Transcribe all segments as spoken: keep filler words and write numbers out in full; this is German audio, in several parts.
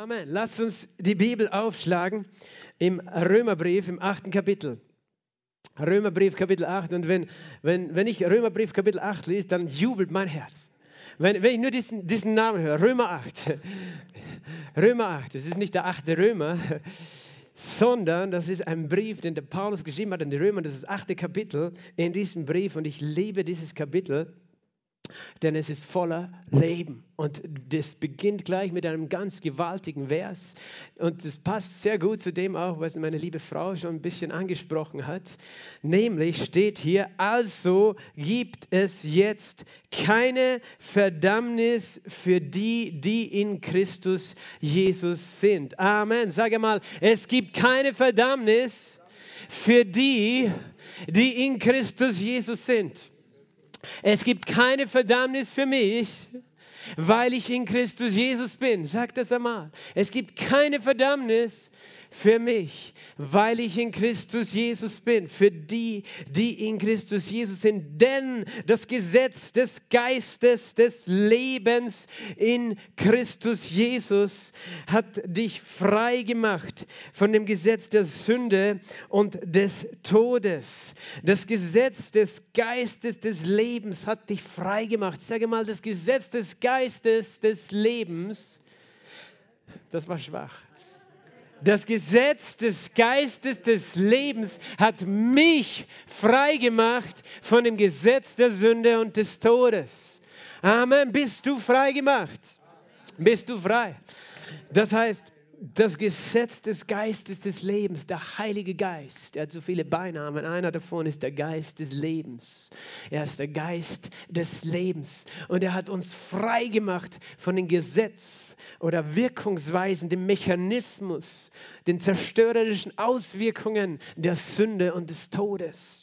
Amen. Lasst uns die Bibel aufschlagen im Römerbrief, im achten Kapitel. Römerbrief, Kapitel acht. Und wenn, wenn, wenn ich Römerbrief, Kapitel acht lese, dann jubelt mein Herz. Wenn, wenn ich nur diesen, diesen Namen höre, Römer acht. Römer acht, das ist nicht der achte Römer, sondern das ist ein Brief, den der Paulus geschrieben hat an die Römer. Das ist das achte Kapitel in diesem Brief. Und ich liebe dieses Kapitel, denn es ist voller Leben. Und das beginnt gleich mit einem ganz gewaltigen Vers. Und das passt sehr gut zu dem auch, was meine liebe Frau schon ein bisschen angesprochen hat. Nämlich steht hier, also gibt es jetzt keine Verdammnis für die, die in Christus Jesus sind. Amen. Sage mal, es gibt keine Verdammnis für die, die in Christus Jesus sind. Es gibt keine Verdammnis für mich, weil ich in Christus Jesus bin. Sag das einmal. Es gibt keine Verdammnis für mich, weil ich in Christus Jesus bin. Für die, die in Christus Jesus sind. Denn das Gesetz des Geistes des Lebens in Christus Jesus hat dich frei gemacht von dem Gesetz der Sünde und des Todes. Das Gesetz des Geistes des Lebens hat dich frei gemacht. Sage mal, das Gesetz des Geistes des Lebens, das war schwach. Das Gesetz des Geistes des Lebens hat mich frei gemacht von dem Gesetz der Sünde und des Todes. Amen. Bist du frei gemacht? Bist du frei? Das heißt, das Gesetz des Geistes des Lebens, der Heilige Geist, er hat so viele Beinamen. Einer davon ist der Geist des Lebens. Er ist der Geist des Lebens. Und er hat uns frei gemacht von dem Gesetz oder Wirkungsweisen, dem Mechanismus, den zerstörerischen Auswirkungen der Sünde und des Todes.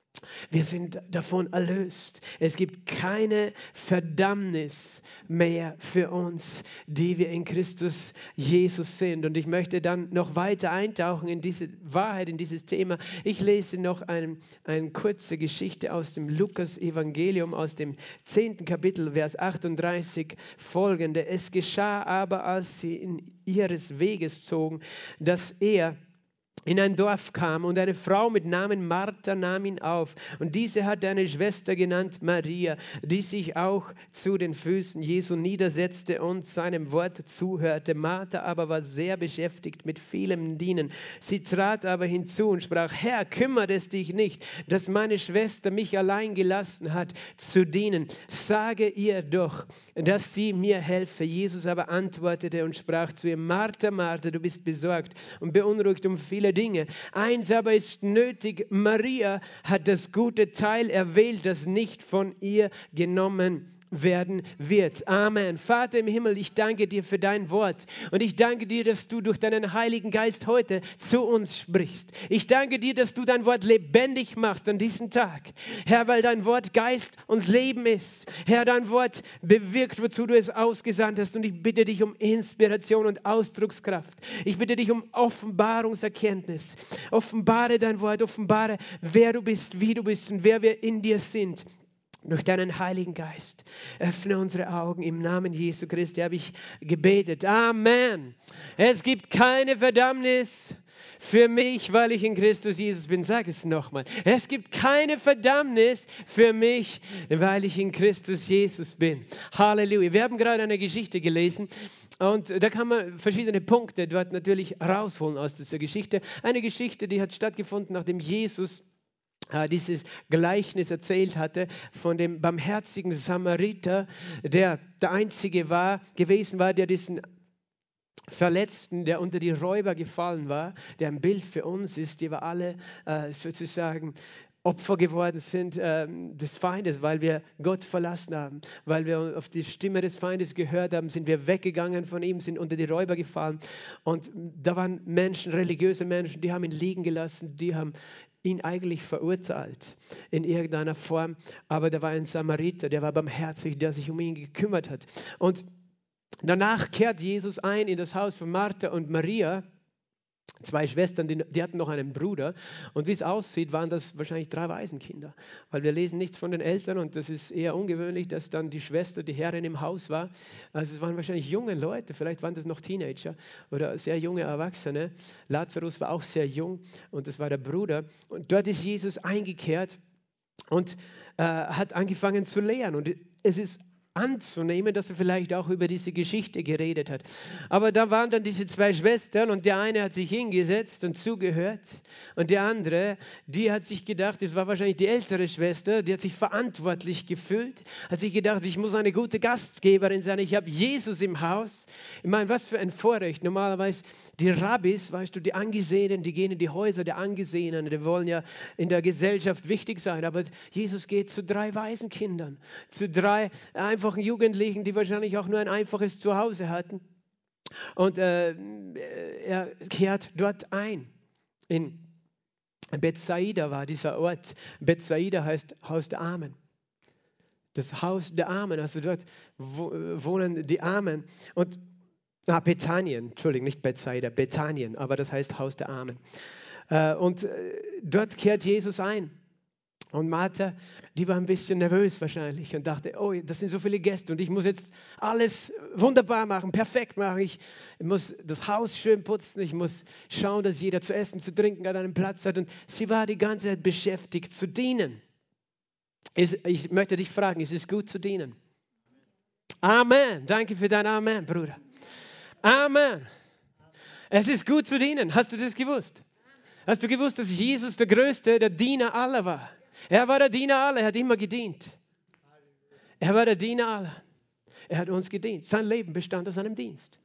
Wir sind davon erlöst. Es gibt keine Verdammnis mehr für uns, die wir in Christus Jesus sind. Und ich möchte dann noch weiter eintauchen in diese Wahrheit, in dieses Thema. Ich lese noch ein, eine kurze Geschichte aus dem Lukas-Evangelium, aus dem zehnten Kapitel, Vers achtunddreißig, folgende. Es geschah aber, als sie in ihres Weges zogen, dass er in ein Dorf kam und eine Frau mit Namen Martha nahm ihn auf. Und diese hatte eine Schwester genannt Maria, die sich auch zu den Füßen Jesu niedersetzte und seinem Wort zuhörte. Martha aber war sehr beschäftigt mit vielem Dienen. Sie trat aber hinzu und sprach, Herr, kümmert es dich nicht, dass meine Schwester mich allein gelassen hat zu dienen. Sage ihr doch, dass sie mir helfe. Jesus aber antwortete und sprach zu ihr, Martha, Martha, du bist besorgt und beunruhigt um viele Dinge. Eins aber ist nötig, Maria hat das gute Teil erwählt, das nicht von ihr genommen werden wird. Amen. Vater im Himmel, ich danke dir für dein Wort und ich danke dir, dass du durch deinen Heiligen Geist heute zu uns sprichst. Ich danke dir, dass du dein Wort lebendig machst an diesem Tag. Herr, weil dein Wort Geist und Leben ist. Herr, dein Wort bewirkt, wozu du es ausgesandt hast, und ich bitte dich um Inspiration und Ausdruckskraft. Ich bitte dich um Offenbarungserkenntnis. Offenbare dein Wort, offenbare, wer du bist, wie du bist und wer wir in dir sind. Durch deinen Heiligen Geist. Öffne unsere Augen. Im Namen Jesu Christi habe ich gebetet. Amen. Es gibt keine Verdammnis für mich, weil ich in Christus Jesus bin. Sag es nochmal. Es gibt keine Verdammnis für mich, weil ich in Christus Jesus bin. Halleluja. Wir haben gerade eine Geschichte gelesen. Und da kann man verschiedene Punkte dort natürlich rausholen aus dieser Geschichte. Eine Geschichte, die hat stattgefunden, nachdem Jesus dieses Gleichnis erzählt hatte von dem barmherzigen Samariter, der der Einzige war, gewesen war, der diesen Verletzten, der unter die Räuber gefallen war, der ein Bild für uns ist, die wir alle äh, sozusagen Opfer geworden sind äh, des Feindes, weil wir Gott verlassen haben, weil wir auf die Stimme des Feindes gehört haben, sind wir weggegangen von ihm, sind unter die Räuber gefallen. Und da waren Menschen, religiöse Menschen, die haben ihn liegen gelassen, die haben ihn eigentlich verurteilt in irgendeiner Form. Aber da war ein Samariter, der war barmherzig, der sich um ihn gekümmert hat. Und danach kehrt Jesus ein in das Haus von Martha und Maria. Zwei Schwestern, die, die hatten noch einen Bruder. Und wie es aussieht, waren das wahrscheinlich drei Waisenkinder. Weil wir lesen nichts von den Eltern und das ist eher ungewöhnlich, dass dann die Schwester die Herrin im Haus war. Also es waren wahrscheinlich junge Leute, vielleicht waren das noch Teenager oder sehr junge Erwachsene. Lazarus war auch sehr jung und das war der Bruder. Und dort ist Jesus eingekehrt und äh, hat angefangen zu lehren. Und es ist anzunehmen, dass er vielleicht auch über diese Geschichte geredet hat. Aber da waren dann diese zwei Schwestern und der eine hat sich hingesetzt und zugehört und der andere, die hat sich gedacht, das war wahrscheinlich die ältere Schwester, die hat sich verantwortlich gefühlt, hat sich gedacht, ich muss eine gute Gastgeberin sein, ich habe Jesus im Haus. Ich meine, was für ein Vorrecht. Normalerweise die Rabbis, weißt du, die Angesehenen, die gehen in die Häuser der Angesehenen, die wollen ja in der Gesellschaft wichtig sein, aber Jesus geht zu drei Waisenkindern, zu drei einfachen Jugendlichen, die wahrscheinlich auch nur ein einfaches Zuhause hatten. Und äh, er kehrt dort ein. In Bethsaida war dieser Ort. Bethsaida heißt Haus der Armen. Das Haus der Armen, also dort wohnen die Armen. Und ah, Bethanien, Entschuldigung, nicht Bethsaida, Bethanien, aber das heißt Haus der Armen. Äh, und äh, dort kehrt Jesus ein. Und Martha, die war ein bisschen nervös wahrscheinlich und dachte, oh, das sind so viele Gäste und ich muss jetzt alles wunderbar machen, perfekt machen. Ich muss das Haus schön putzen, ich muss schauen, dass jeder zu essen, zu trinken an einem Platz hat. Und sie war die ganze Zeit beschäftigt zu dienen. Ich möchte dich fragen, ist es gut zu dienen? Amen. Danke für dein Amen, Bruder. Amen. Es ist gut zu dienen. Hast du das gewusst? Hast du gewusst, dass Jesus der Größte, der Diener aller war? Er war der Diener aller, er hat immer gedient. Er war der Diener aller. Er hat uns gedient. Sein Leben bestand aus seinem Dienst.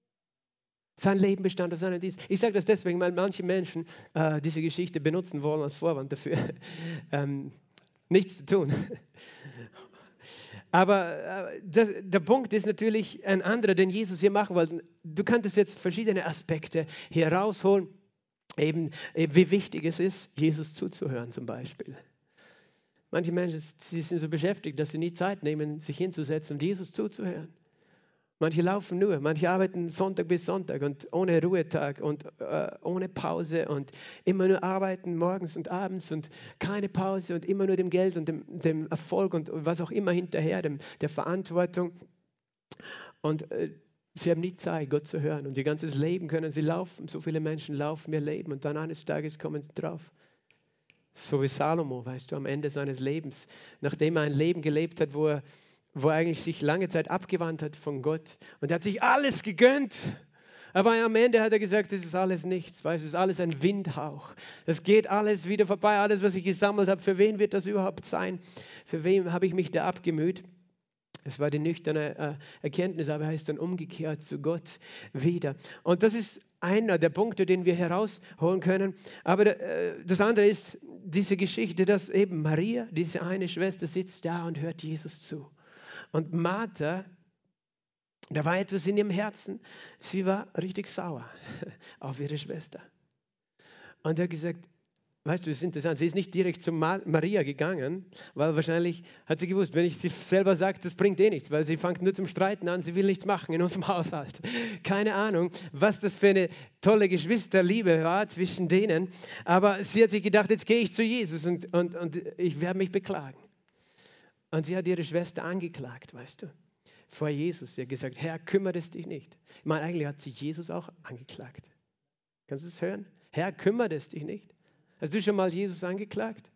Sein Leben bestand aus seinem Dienst. Ich sage das deswegen, weil manche Menschen äh, diese Geschichte benutzen wollen als Vorwand dafür, ähm, nichts zu tun. Aber äh, das, der Punkt ist natürlich ein anderer, den Jesus hier machen wollte. Du könntest jetzt verschiedene Aspekte hier rausholen, eben, eben wie wichtig es ist, Jesus zuzuhören zum Beispiel. Manche Menschen sie sind so beschäftigt, dass sie nie Zeit nehmen, sich hinzusetzen und Jesus zuzuhören. Manche laufen nur, manche arbeiten Sonntag bis Sonntag und ohne Ruhetag und äh, ohne Pause und immer nur arbeiten morgens und abends und keine Pause und immer nur dem Geld und dem, dem Erfolg und was auch immer hinterher, dem, der Verantwortung. Und äh, sie haben nie Zeit, Gott zu hören. Und ihr ganzes Leben können sie laufen. So viele Menschen laufen ihr Leben und dann eines Tages kommen sie drauf. So wie Salomo, weißt du, am Ende seines Lebens, nachdem er ein Leben gelebt hat, wo er, wo er eigentlich sich lange Zeit abgewandt hat von Gott. Und er hat sich alles gegönnt. Aber am Ende hat er gesagt, das ist alles nichts, weißt du, das ist alles ein Windhauch. Das geht alles wieder vorbei, alles, was ich gesammelt habe. Für wen wird das überhaupt sein? Für wen habe ich mich da abgemüht? Es war die nüchterne äh, Erkenntnis, aber er ist dann umgekehrt zu Gott wieder. Und das ist einer der Punkte, den wir herausholen können. Aber äh, das andere ist diese Geschichte, dass eben Maria, diese eine Schwester, sitzt da und hört Jesus zu. Und Martha, da war etwas in ihrem Herzen. Sie war richtig sauer auf ihre Schwester. Und er hat gesagt, weißt du, das ist interessant, sie ist nicht direkt zu Maria gegangen, weil wahrscheinlich hat sie gewusst, wenn ich sie selber sage, das bringt eh nichts, weil sie fängt nur zum Streiten an, sie will nichts machen in unserem Haushalt. Keine Ahnung, was das für eine tolle Geschwisterliebe war zwischen denen, aber sie hat sich gedacht, jetzt gehe ich zu Jesus und, und, und ich werde mich beklagen. Und sie hat ihre Schwester angeklagt, weißt du, vor Jesus. Sie hat gesagt, Herr, kümmert es dich nicht. Ich meine, eigentlich hat sie Jesus auch angeklagt. Kannst du es hören? Herr, kümmert es dich nicht? Hast du schon mal Jesus angeklagt?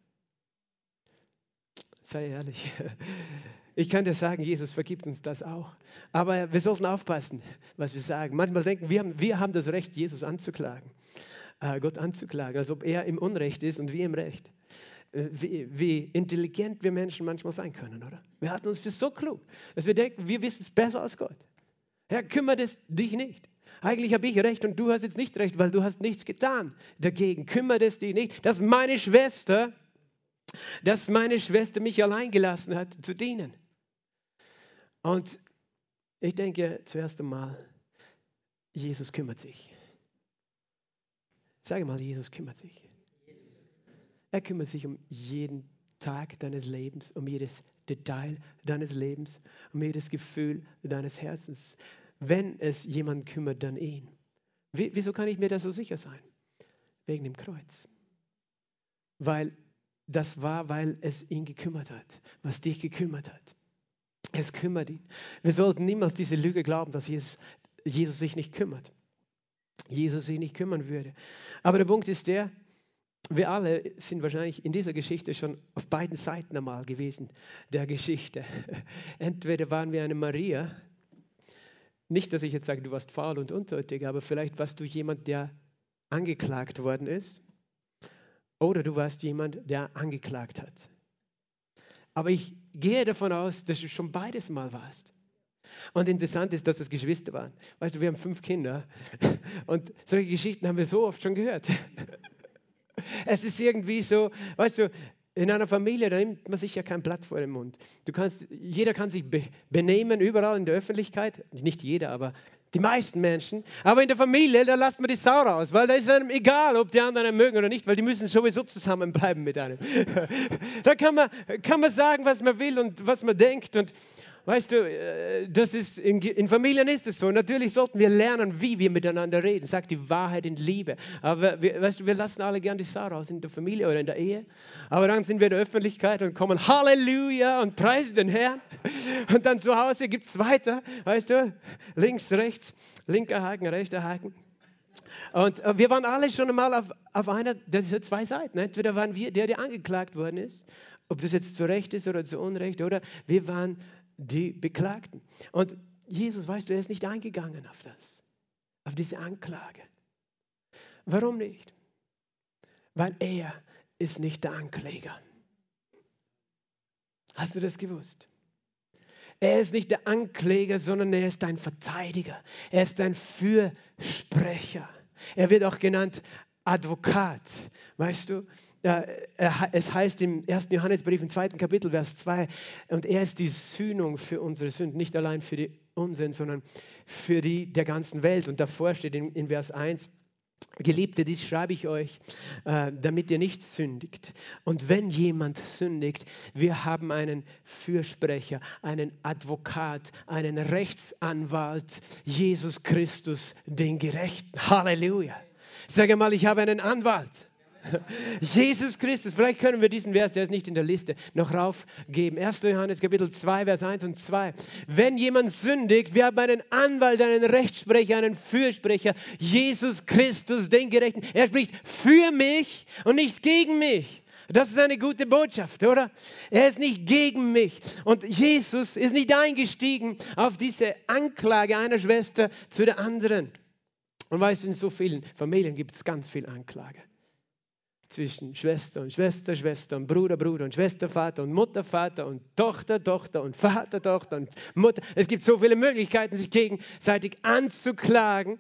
Sei ehrlich. Ich kann dir sagen, Jesus vergibt uns das auch. Aber wir sollten aufpassen, was wir sagen. Manchmal denken wir, haben, wir haben das Recht, Jesus anzuklagen, äh, Gott anzuklagen, als ob er im Unrecht ist und wir im Recht. Äh, wie, wie intelligent wir Menschen manchmal sein können, oder? Wir halten uns für so klug, dass wir denken, wir wissen es besser als Gott. Herr, kümmert es dich nicht. Eigentlich habe ich recht und du hast jetzt nicht recht, weil du hast nichts getan dagegen. Kümmert es dich nicht, dass meine Schwester, dass meine Schwester mich allein gelassen hat, zu dienen. Und ich denke zuerst einmal, Jesus kümmert sich. Sage mal, Jesus kümmert sich. Er kümmert sich um jeden Tag deines Lebens, um jedes Detail deines Lebens, um jedes Gefühl deines Herzens. Wenn es jemand kümmert, dann ihn. Wie, wieso kann ich mir da so sicher sein? Wegen dem Kreuz. Weil das war, weil es ihn gekümmert hat, was dich gekümmert hat. Es kümmert ihn. Wir sollten niemals diese Lüge glauben, dass Jesus, Jesus sich nicht kümmert. Jesus sich nicht kümmern würde. Aber der Punkt ist der, wir alle sind wahrscheinlich in dieser Geschichte schon auf beiden Seiten einmal gewesen, der Geschichte. Entweder waren wir eine Maria, nicht, dass ich jetzt sage, du warst faul und untätig, aber vielleicht warst du jemand, der angeklagt worden ist, oder du warst jemand, der angeklagt hat. Aber ich gehe davon aus, dass du schon beides mal warst. Und interessant ist, dass es Geschwister waren. Weißt du, wir haben fünf Kinder und solche Geschichten haben wir so oft schon gehört. Es ist irgendwie so, weißt du, in einer Familie, da nimmt man sich ja kein Blatt vor den Mund. Du kannst, jeder kann sich be benehmen, überall in der Öffentlichkeit. Nicht jeder, aber die meisten Menschen. Aber in der Familie, da lässt man die Sau raus, weil da ist einem egal, ob die anderen einen mögen oder nicht, weil die müssen sowieso zusammenbleiben mit einem. Da kann man, kann man sagen, was man will und was man denkt. Und weißt du, das ist in, in Familien ist es so. Natürlich sollten wir lernen, wie wir miteinander reden. Sagt die Wahrheit in Liebe. Aber wir, weißt du, wir lassen alle gern die Sau raus in der Familie oder in der Ehe. Aber dann sind wir in der Öffentlichkeit und kommen Halleluja und preisen den Herrn. Und dann zu Hause gibt es weiter. Weißt du, links, rechts, linker Haken, rechter Haken. Und wir waren alle schon einmal auf, auf einer dieser zwei Seiten. Entweder waren wir der, der angeklagt worden ist, ob das jetzt zu Recht ist oder zu Unrecht, oder wir waren die Beklagten. Und Jesus, weißt du, er ist nicht eingegangen auf das, auf diese Anklage. Warum nicht? Weil er ist nicht der Ankläger. Hast du das gewusst? Er ist nicht der Ankläger, sondern er ist dein Verteidiger. Er ist dein Fürsprecher. Er wird auch genannt Advokat. Weißt du, es heißt im ersten Johannesbrief im zweiten Kapitel, Vers zwei, und er ist die Sühnung für unsere Sünden, nicht allein für die unseren, sondern für die der ganzen Welt. Und davor steht in, in Vers eins, Geliebte, dies schreibe ich euch, äh, damit ihr nicht sündigt. Und wenn jemand sündigt, wir haben einen Fürsprecher, einen Advokat, einen Rechtsanwalt, Jesus Christus, den Gerechten. Halleluja. Sage mal, ich habe einen Anwalt. Jesus Christus, vielleicht können wir diesen Vers, der ist nicht in der Liste, noch raufgeben. erster Johannes Kapitel zwei, Vers eins und zwei. Wenn jemand sündigt, wir haben einen Anwalt, einen Rechtssprecher, einen Fürsprecher, Jesus Christus, den Gerechten. Er spricht für mich und nicht gegen mich. Das ist eine gute Botschaft, oder? Er ist nicht gegen mich. Und Jesus ist nicht eingestiegen auf diese Anklage einer Schwester zu der anderen. Und weißt du, in so vielen Familien gibt es ganz viel Anklage. Zwischen Schwester und Schwester, Schwester und Bruder, Bruder und Schwester, Vater und Mutter, Vater und Tochter, Tochter und Vater, Tochter und Mutter. Es gibt so viele Möglichkeiten, sich gegenseitig anzuklagen.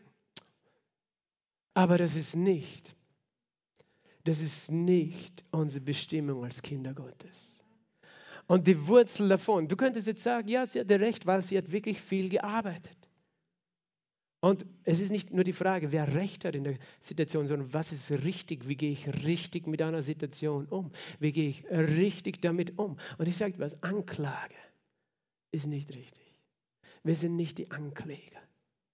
Aber das ist nicht, das ist nicht unsere Bestimmung als Kinder Gottes. Und die Wurzel davon, du könntest jetzt sagen, ja, sie hatte recht, weil sie hat wirklich viel gearbeitet. Und es ist nicht nur die Frage, wer Recht hat in der Situation, sondern was ist richtig, wie gehe ich richtig mit einer Situation um, wie gehe ich richtig damit um. Und ich sage was, Anklage ist nicht richtig. Wir sind nicht die Ankläger.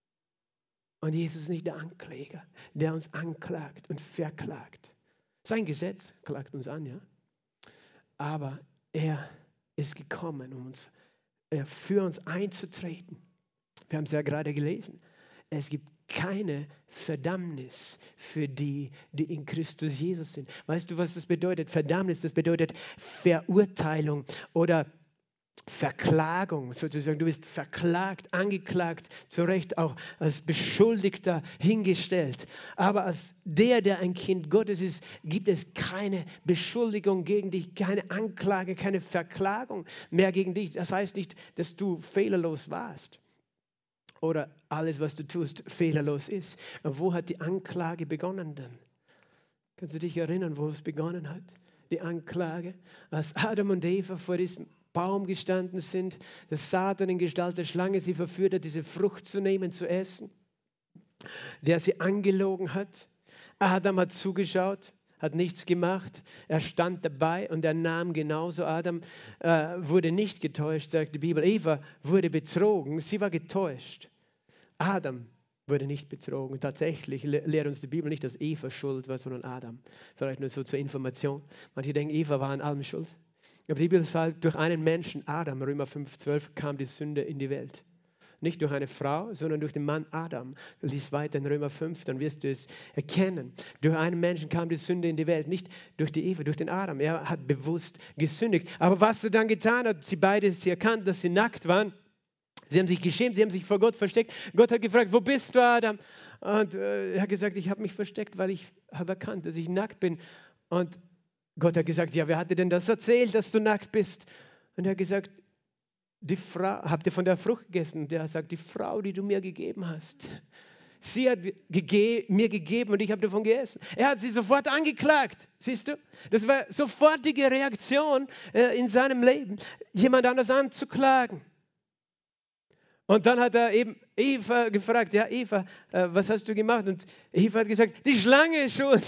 Und Jesus ist nicht der Ankläger, der uns anklagt und verklagt. Sein Gesetz klagt uns an, ja. Aber er ist gekommen, um uns, für uns einzutreten. Wir haben es ja gerade gelesen. Es gibt keine Verdammnis für die, die in Christus Jesus sind. Weißt du, was das bedeutet? Verdammnis, das bedeutet Verurteilung oder Verklagung, sozusagen. Du bist verklagt, angeklagt, zu Recht auch als Beschuldigter hingestellt. Aber als der, der ein Kind Gottes ist, gibt es keine Beschuldigung gegen dich, keine Anklage, keine Verklagung mehr gegen dich. Das heißt nicht, dass du fehlerlos warst. Oder alles, was du tust, fehlerlos ist. Aber wo hat die Anklage begonnen denn? Kannst du dich erinnern, wo es begonnen hat? Die Anklage, als Adam und Eva vor diesem Baum gestanden sind, dass Satan in Gestalt der Schlange sie verführt hat, diese Frucht zu nehmen, zu essen, der sie angelogen hat. Adam hat zugeschaut, hat nichts gemacht. Er stand dabei und er nahm genauso. Adam äh, wurde nicht getäuscht, sagt die Bibel. Eva wurde betrogen, sie war getäuscht. Adam wurde nicht betrogen. Tatsächlich le- lehrt uns die Bibel nicht, dass Eva schuld war, sondern Adam. Vielleicht nur so zur Information. Manche denken, Eva war an allem schuld. Aber die Bibel sagt, durch einen Menschen, Adam, Römer fünf, zwölf, kam die Sünde in die Welt. Nicht durch eine Frau, sondern durch den Mann Adam. Lies weiter in Römer fünf, dann wirst du es erkennen. Durch einen Menschen kam die Sünde in die Welt, nicht durch die Eva, durch den Adam. Er hat bewusst gesündigt. Aber was er dann getan hat, sie beide, sie erkannt, dass sie nackt waren. Sie haben sich geschämt, sie haben sich vor Gott versteckt. Gott hat gefragt, wo bist du, Adam? Und äh, er hat gesagt, ich habe mich versteckt, weil ich habe erkannt, dass ich nackt bin. Und Gott hat gesagt, ja, wer hat dir denn das erzählt, dass du nackt bist? Und er hat gesagt, die Frau, habt ihr von der Frucht gegessen? Und der sagt, die Frau, die du mir gegeben hast. Sie hat gege- mir gegeben und ich habe davon gegessen. Er hat sie sofort angeklagt, siehst du? Das war sofortige Reaktion äh, in seinem Leben, jemand anders anzuklagen. Und dann hat er eben Eva gefragt, ja Eva, äh, was hast du gemacht? Und Eva hat gesagt, die Schlange ist schuld.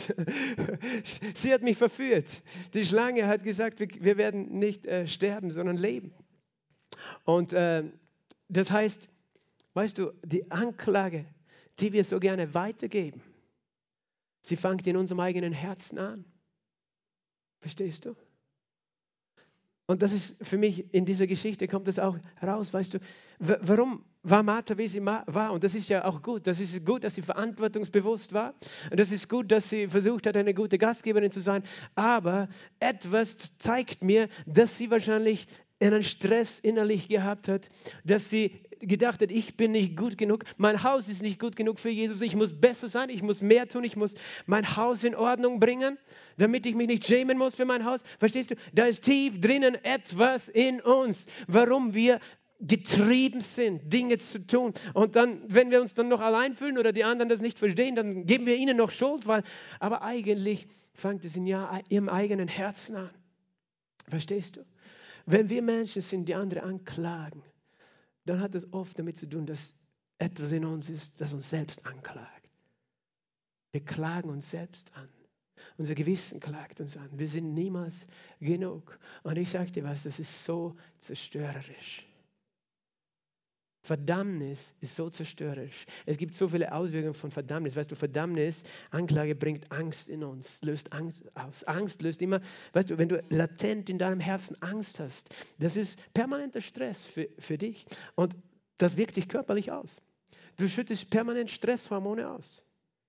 Sie hat mich verführt. Die Schlange hat gesagt, wir, wir werden nicht äh, sterben, sondern leben. Und äh, das heißt, weißt du, die Anklage, die wir so gerne weitergeben, sie fängt in unserem eigenen Herzen an. Verstehst du? Und das ist für mich, in dieser Geschichte kommt das auch raus, weißt du, w- warum war Martha, wie sie ma- war? Und das ist ja auch gut. Das ist gut, dass sie verantwortungsbewusst war. Und das ist gut, dass sie versucht hat, eine gute Gastgeberin zu sein. Aber etwas zeigt mir, dass sie wahrscheinlich einen Stress innerlich gehabt hat, dass sie gedacht hat, ich bin nicht gut genug, mein Haus ist nicht gut genug für Jesus, ich muss besser sein, ich muss mehr tun, ich muss mein Haus in Ordnung bringen, damit ich mich nicht schämen muss für mein Haus. Verstehst du? Da ist tief drinnen etwas in uns, warum wir getrieben sind, Dinge zu tun. Und dann, wenn wir uns dann noch allein fühlen oder die anderen das nicht verstehen, dann geben wir ihnen noch Schuld, weil, aber eigentlich fängt es in ihrem eigenen Herzen an. Verstehst du? Wenn wir Menschen sind, die andere anklagen, dann hat das oft damit zu tun, dass etwas in uns ist, das uns selbst anklagt. Wir klagen uns selbst an. Unser Gewissen klagt uns an. Wir sind niemals genug. Und ich sage dir was, das ist so zerstörerisch. Verdammnis ist so zerstörerisch. Es gibt so viele Auswirkungen von Verdammnis. Weißt du, Verdammnis, Anklage bringt Angst in uns, löst Angst aus. Angst löst immer, weißt du, wenn du latent in deinem Herzen Angst hast, das ist permanenter Stress für, für dich. Und das wirkt sich körperlich aus. Du schüttest permanent Stresshormone aus.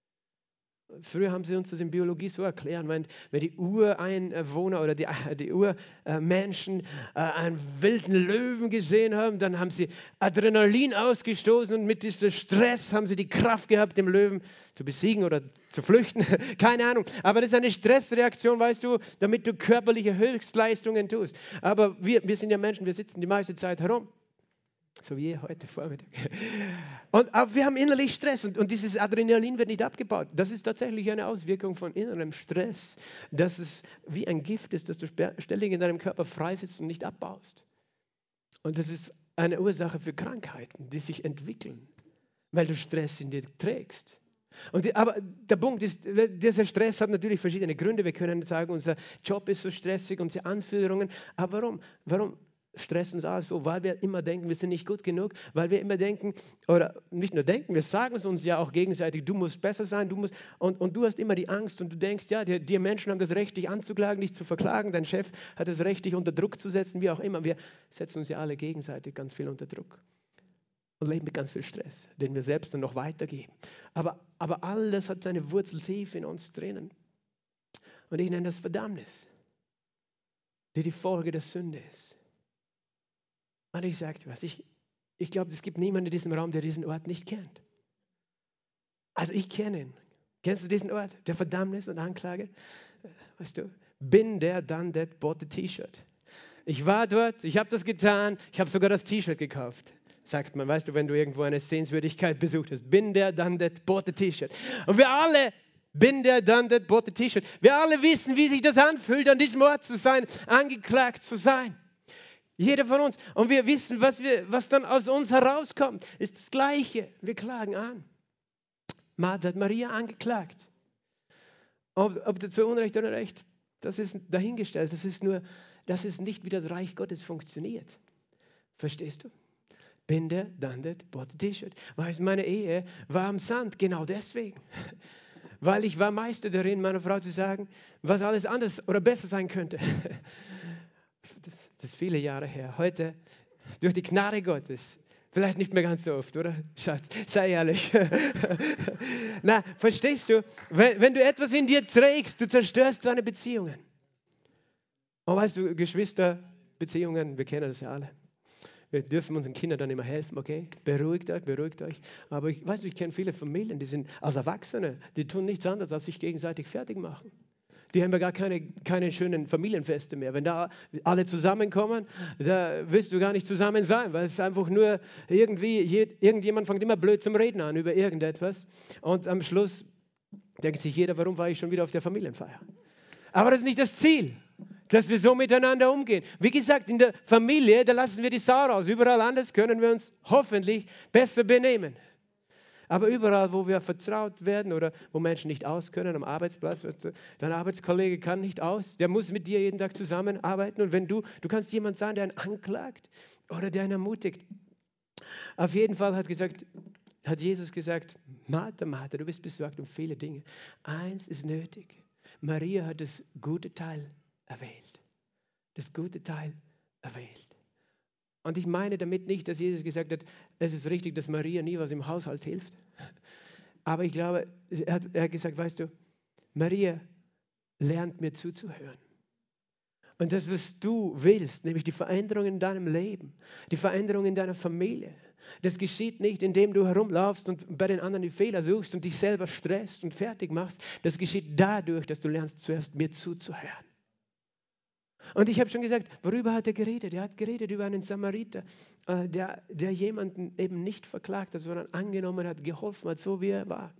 Früher haben sie uns das in Biologie so erklärt, wenn, wenn die Ureinwohner oder die, die Urmenschen äh, einen wilden Löwen gesehen haben, dann haben sie Adrenalin ausgestoßen und mit diesem Stress haben sie die Kraft gehabt, den Löwen zu besiegen oder zu flüchten. Keine Ahnung. Aber das ist eine Stressreaktion, weißt du, damit du körperliche Höchstleistungen tust. Aber wir, wir sind ja Menschen, wir sitzen die meiste Zeit herum. So wie heute Vormittag. Und, aber wir haben innerlich Stress und, und dieses Adrenalin wird nicht abgebaut. Das ist tatsächlich eine Auswirkung von innerem Stress, dass es wie ein Gift ist, das du ständig in deinem Körper freisetzt und nicht abbaust. Und das ist eine Ursache für Krankheiten, die sich entwickeln, weil du Stress in dir trägst. Und die, aber der Punkt ist, dieser Stress hat natürlich verschiedene Gründe. Wir können sagen, unser Job ist so stressig, unsere Anforderungen. Aber warum? Warum stressen uns alles so? Weil wir immer denken, wir sind nicht gut genug. Weil wir immer denken, oder nicht nur denken, wir sagen es uns ja auch gegenseitig, du musst besser sein, du musst. Und, und du hast immer die Angst und du denkst, ja, die, die Menschen haben das Recht, dich anzuklagen, dich zu verklagen. Dein Chef hat das Recht, dich unter Druck zu setzen, wie auch immer. Wir setzen uns ja alle gegenseitig ganz viel unter Druck. Und leben mit ganz viel Stress, den wir selbst dann noch weitergeben. Aber, aber alles hat seine Wurzel tief in uns drinnen. Und ich nenne das Verdammnis, die die Folge der Sünde ist. Und ich sage dir was, ich, ich glaube, es gibt niemanden in diesem Raum, der diesen Ort nicht kennt. Also ich kenne ihn. Kennst du diesen Ort der Verdammnis und Anklage? Weißt du, bin der, done that, bought the T-Shirt. Ich war dort, ich habe das getan, ich habe sogar das T-Shirt gekauft. Sagt man, weißt du, wenn du irgendwo eine Sehenswürdigkeit besucht hast. Bin der, done that, bought the T-Shirt. Und wir alle, bin der, done that, bought the T-Shirt. Wir alle wissen, wie sich das anfühlt, an diesem Ort zu sein, angeklagt zu sein. Jeder von uns. Und wir wissen, was, wir, was dann aus uns herauskommt, ist das Gleiche. Wir klagen an. Martha hat Maria angeklagt. Ob, ob zu Unrecht oder Recht, das ist dahingestellt. Das ist nur, das ist nicht, wie das Reich Gottes funktioniert. Verstehst du? Been there, done that, bought a T-Shirt. Weißt, meine Ehe war am Sand, genau deswegen. Weil ich war Meister darin, meiner Frau zu sagen, was alles anders oder besser sein könnte. Das, das ist viele Jahre her. Heute, durch die Gnade Gottes, vielleicht nicht mehr ganz so oft, oder? Schatz, sei ehrlich. Na, verstehst du? Wenn, wenn du etwas in dir trägst, du zerstörst deine Beziehungen. Und weißt du, Geschwisterbeziehungen, wir kennen das ja alle. Wir dürfen unseren Kindern dann immer helfen, okay? Beruhigt euch, beruhigt euch. Aber ich weiß, ich kenne viele Familien, die sind als Erwachsene, die tun nichts anderes, als sich gegenseitig fertig machen. Die haben ja gar keine, keine schönen Familienfeste mehr. Wenn da alle zusammenkommen, da willst du gar nicht zusammen sein, weil es ist einfach nur irgendwie, irgendjemand fängt immer blöd zum Reden an über irgendetwas. Und am Schluss denkt sich jeder, warum war ich schon wieder auf der Familienfeier? Aber das ist nicht das Ziel, dass wir so miteinander umgehen. Wie gesagt, in der Familie, da lassen wir die Sau raus. Überall anders können wir uns hoffentlich besser benehmen. Aber überall, wo wir vertraut werden oder wo Menschen nicht aus können, am Arbeitsplatz, dein Arbeitskollege kann nicht aus, der muss mit dir jeden Tag zusammenarbeiten. Und wenn du, du kannst jemand sein, der ihn anklagt oder der ihn ermutigt. Auf jeden Fall hat, gesagt, hat Jesus gesagt, Martha, Martha, du bist besorgt um viele Dinge. Eins ist nötig. Maria hat das gute Teil erwählt. Das gute Teil erwählt. Und ich meine damit nicht, dass Jesus gesagt hat, es ist richtig, dass Maria nie was im Haushalt hilft. Aber ich glaube, er hat, er hat gesagt, weißt du, Maria lernt mir zuzuhören. Und das, was du willst, nämlich die Veränderung in deinem Leben, die Veränderung in deiner Familie, das geschieht nicht, indem du herumlaufst und bei den anderen die Fehler suchst und dich selber stresst und fertig machst. Das geschieht dadurch, dass du lernst, zuerst mir zuzuhören. Und ich habe schon gesagt, worüber hat er geredet? Er hat geredet über einen Samariter, äh, der, der jemanden eben nicht verklagt hat, sondern angenommen hat, geholfen hat, so wie er war.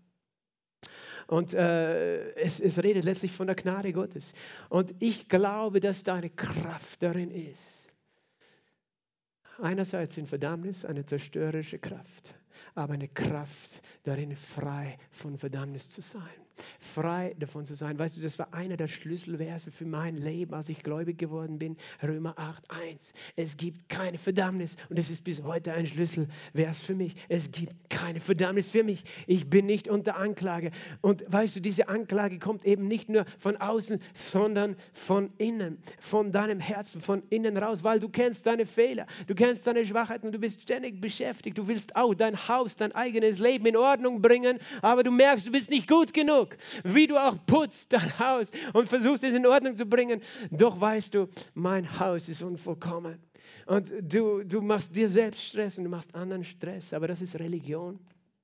Und äh, es, es redet letztlich von der Gnade Gottes. Und ich glaube, dass da eine Kraft darin ist. Einerseits in Verdammnis eine zerstörerische Kraft, aber eine Kraft darin, frei von Verdammnis zu sein. Frei davon zu sein. Weißt du, das war einer der Schlüsselverse für mein Leben, als ich gläubig geworden bin. Römer acht, eins. Es gibt keine Verdammnis. Und es ist bis heute ein Schlüsselvers für mich. Es gibt keine Verdammnis für mich. Ich bin nicht unter Anklage. Und weißt du, diese Anklage kommt eben nicht nur von außen, sondern von innen, von deinem Herzen, von innen raus, weil du kennst deine Fehler, du kennst deine Schwachheiten und du bist ständig beschäftigt. Du willst auch dein Haus, dein eigenes Leben in Ordnung bringen, aber du merkst, du bist nicht gut genug. Wie du auch putzt dein Haus und versuchst es in Ordnung zu bringen, doch weißt du, mein Haus ist unvollkommen. Und du, du machst dir selbst Stress und du machst anderen Stress, aber das ist Religion.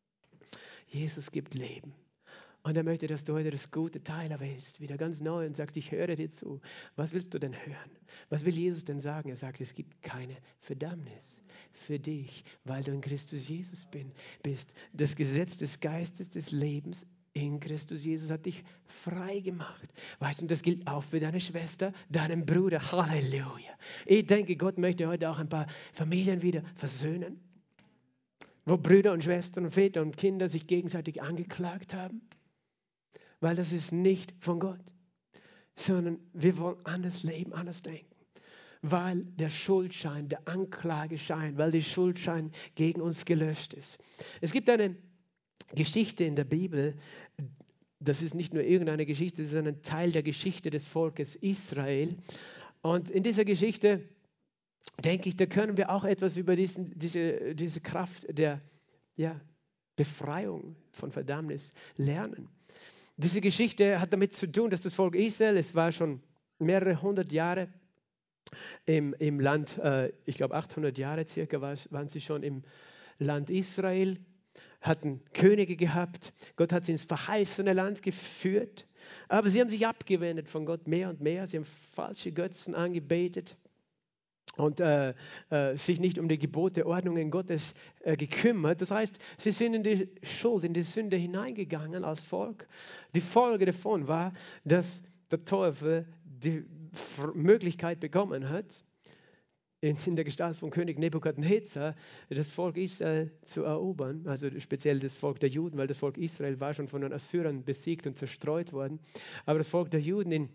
Jesus gibt Leben. Und er möchte, dass du heute das gute Teil erwählst, wieder ganz neu und sagst, ich höre dir zu. Was willst du denn hören? Was will Jesus denn sagen? Er sagt, es gibt keine Verdammnis für dich, weil du in Christus Jesus bin, bist. Das Gesetz des Geistes des Lebens in Christus Jesus hat dich frei gemacht. Weißt du, das gilt auch für deine Schwester, deinen Bruder. Halleluja. Ich denke, Gott möchte heute auch ein paar Familien wieder versöhnen, wo Brüder und Schwestern und Väter und Kinder sich gegenseitig angeklagt haben. Weil das ist nicht von Gott, sondern wir wollen anders leben, anders denken. Weil der Schuldschein, der Anklageschein, weil der Schuldschein gegen uns gelöscht ist. Es gibt eine Geschichte in der Bibel, das ist nicht nur irgendeine Geschichte, sondern ein Teil der Geschichte des Volkes Israel. Und in dieser Geschichte, denke ich, da können wir auch etwas über diesen, diese, diese Kraft der ja, Befreiung von Verdammnis lernen. Diese Geschichte hat damit zu tun, dass das Volk Israel, es war schon mehrere hundert Jahre im, im Land, äh, ich glaube achthundert Jahre circa war, waren sie schon im Land Israel, hatten Könige gehabt, Gott hat sie ins verheißene Land geführt, aber sie haben sich abgewendet von Gott mehr und mehr, sie haben falsche Götzen angebetet und äh, äh, sich nicht um die Gebote, Ordnungen Gottes äh, gekümmert. Das heißt, sie sind in die Schuld, in die Sünde hineingegangen als Volk. Die Folge davon war, dass der Teufel die F- Möglichkeit bekommen hat, in, in der Gestalt von König Nebukadnezar das Volk Israel zu erobern, also speziell das Volk der Juden, weil das Volk Israel war schon von den Assyrern besiegt und zerstreut worden. Aber das Volk der Juden in